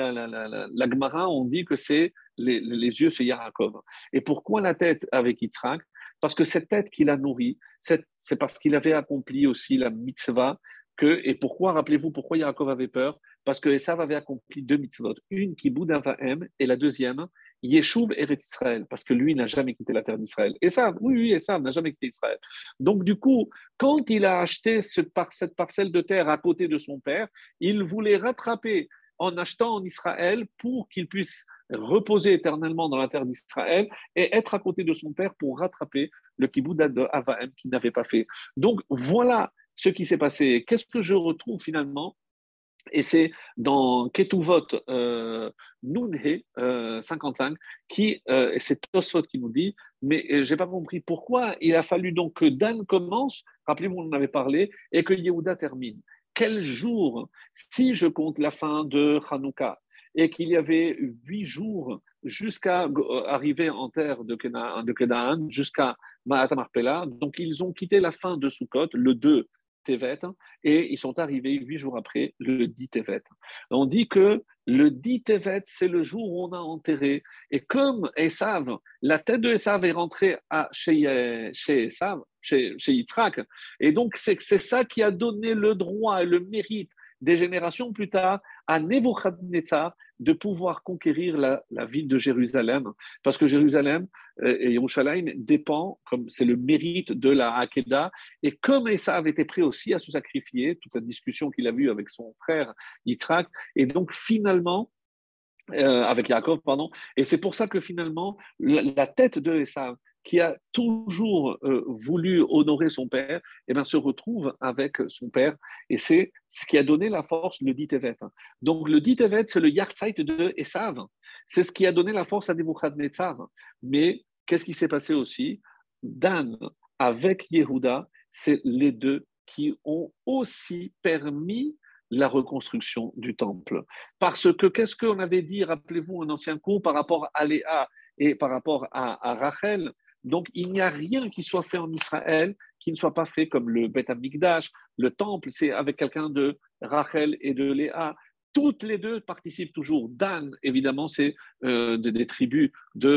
la Gemara, on dit que c'est les yeux, c'est Yaakov. Et pourquoi la tête avec Yitzhak? Parce que cette tête qu'il a nourrie, c'est parce qu'il avait accompli aussi la mitzvah. Et pourquoi, rappelez-vous, pourquoi Yaakov avait peur? Parce que Esav avait accompli deux mitzvot. Une qui Boudavahem et la deuxième, Yeshuv Eretz Israël, parce que lui n'a jamais quitté la terre d'Israël. Esav, oui, Esav n'a jamais quitté Israël. Donc, du coup, quand il a acheté cette parcelle de terre à côté de son père, il voulait rattraper en achetant en Israël pour qu'il puisse reposer éternellement dans la terre d'Israël et être à côté de son père pour rattraper le kibbutz de Avahem qu'il n'avait pas fait. Donc, voilà ce qui s'est passé. Qu'est-ce que je retrouve finalement Et c'est dans Ketuvot Nunhe 55, c'est Tosfot qui nous dit, mais je n'ai pas compris pourquoi il a fallu donc que Dan commence, rappelez-vous, on en avait parlé, et que Yehuda termine. Quel jour, si je compte la fin de Hanouka, et qu'il y avait 8 jours jusqu'à arriver en terre de Canaan, jusqu'à Ma'at Marpella, donc ils ont quitté la fin de Sukkot, le 2 Tevet, et ils sont arrivés 8 jours après, le 10 Tevet. On dit que le 10 Tevet, c'est le jour où on a enterré. Et comme Esav, la tête de Esav est rentrée chez Esav, chez Yitzhak, et donc c'est ça qui a donné le droit et le mérite des générations plus tard à Nebuchadnezzar de pouvoir conquérir la ville de Jérusalem. Parce que Jérusalem et Yerushalayim dépend, comme c'est le mérite de la Hakeda, et comme Esav était prêt aussi à se sacrifier, toute cette discussion qu'il a eue avec son frère Yitzhak, et donc finalement, avec Yaakov, pardon, et c'est pour ça que finalement, la tête de Esav, qui a toujours voulu honorer son père, eh bien, se retrouve avec son père, et c'est ce qui a donné la force, le dit Tevet. Donc le dit Tevet, c'est le Yarsait de Esav, c'est ce qui a donné la force à Nebuchadnezzar. Mais qu'est-ce qui s'est passé aussi? Dan avec Yehuda, c'est les deux qui ont aussi permis la reconstruction du temple. Parce que qu'est-ce qu'on avait dit, rappelez-vous, un ancien cours par rapport à Léa et par rapport à Rachel. Donc, il n'y a rien qui soit fait en Israël qui ne soit pas fait comme le Beth Amikdash, le temple, c'est avec quelqu'un de Rachel et de Léa. Toutes les deux participent toujours. Dan, évidemment, c'est des tribus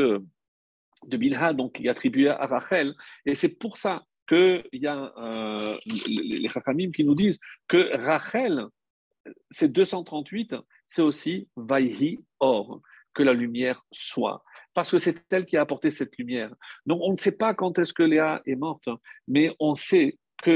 de Bilha, donc qui est attribué à Rachel. Et c'est pour ça qu'il y a les Chachamim qui nous disent que Rachel, c'est 238, c'est aussi Vaihi Or, que la lumière soit. Parce que c'est elle qui a apporté cette lumière. Donc on ne sait pas quand est-ce que Léa est morte, mais on sait que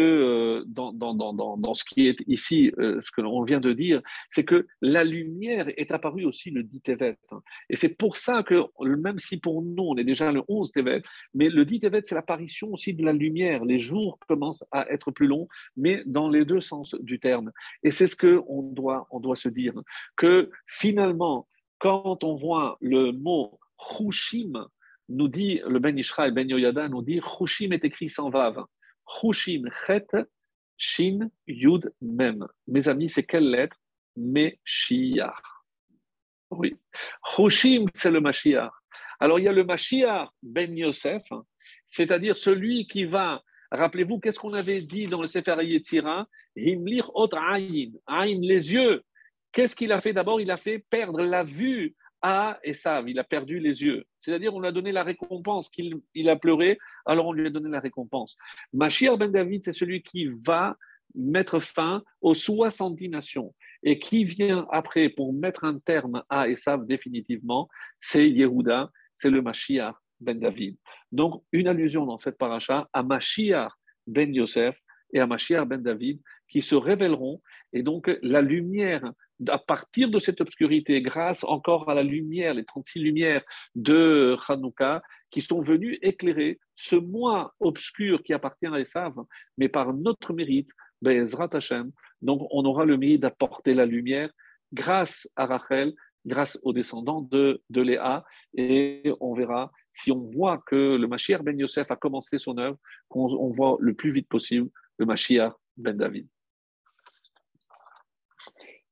dans ce qui est ici, ce que l'on vient de dire, c'est que la lumière est apparue aussi le 10 Tevet. Et c'est pour ça que, même si pour nous, on est déjà le 11 Tevet, mais le 10 Tevet, c'est l'apparition aussi de la lumière. Les jours commencent à être plus longs, mais dans les deux sens du terme. Et c'est ce on doit se dire, que finalement, quand on voit le mot Chushim, nous dit le Ben Ishra et Ben Yoyada, nous dit Chushim est écrit sans vav. Chushim, Chet, Shin, Yud, Mem. Mes amis, c'est quelle lettre? Meshiach. Oui. Chushim, c'est le Mashiach. Alors, il y a le Mashiach Ben Yosef, c'est-à-dire celui qui va. Rappelez-vous, qu'est-ce qu'on avait dit dans le Sefer Yetzira? Himlir ot ayin, ayin, les yeux. Qu'est-ce qu'il a fait d'abord? Il a fait perdre la vue à Esav. Il a perdu les yeux. C'est-à-dire, on lui a donné la récompense. Il a pleuré, alors on lui a donné la récompense. Mashiach Ben David, c'est celui qui va mettre fin aux 70 nations. Et qui vient après pour mettre un terme à Esav définitivement, c'est Yehuda, c'est le Mashiach ben David. Donc, une allusion dans cette paracha à Mashiach ben Yosef et à Mashiach ben David qui se révéleront. Et donc, la lumière, à partir de cette obscurité, grâce encore à la lumière, les 36 lumières de Hanouka, qui sont venues éclairer ce mois obscur qui appartient à Esav, mais par notre mérite, Be'ezrat Hashem. Donc, on aura le mérite d'apporter la lumière grâce à Rachel, grâce aux descendants de Léa. Et on verra, si on voit que le Mashiach ben Yosef a commencé son œuvre, qu'on voit le plus vite possible le Mashiach ben David.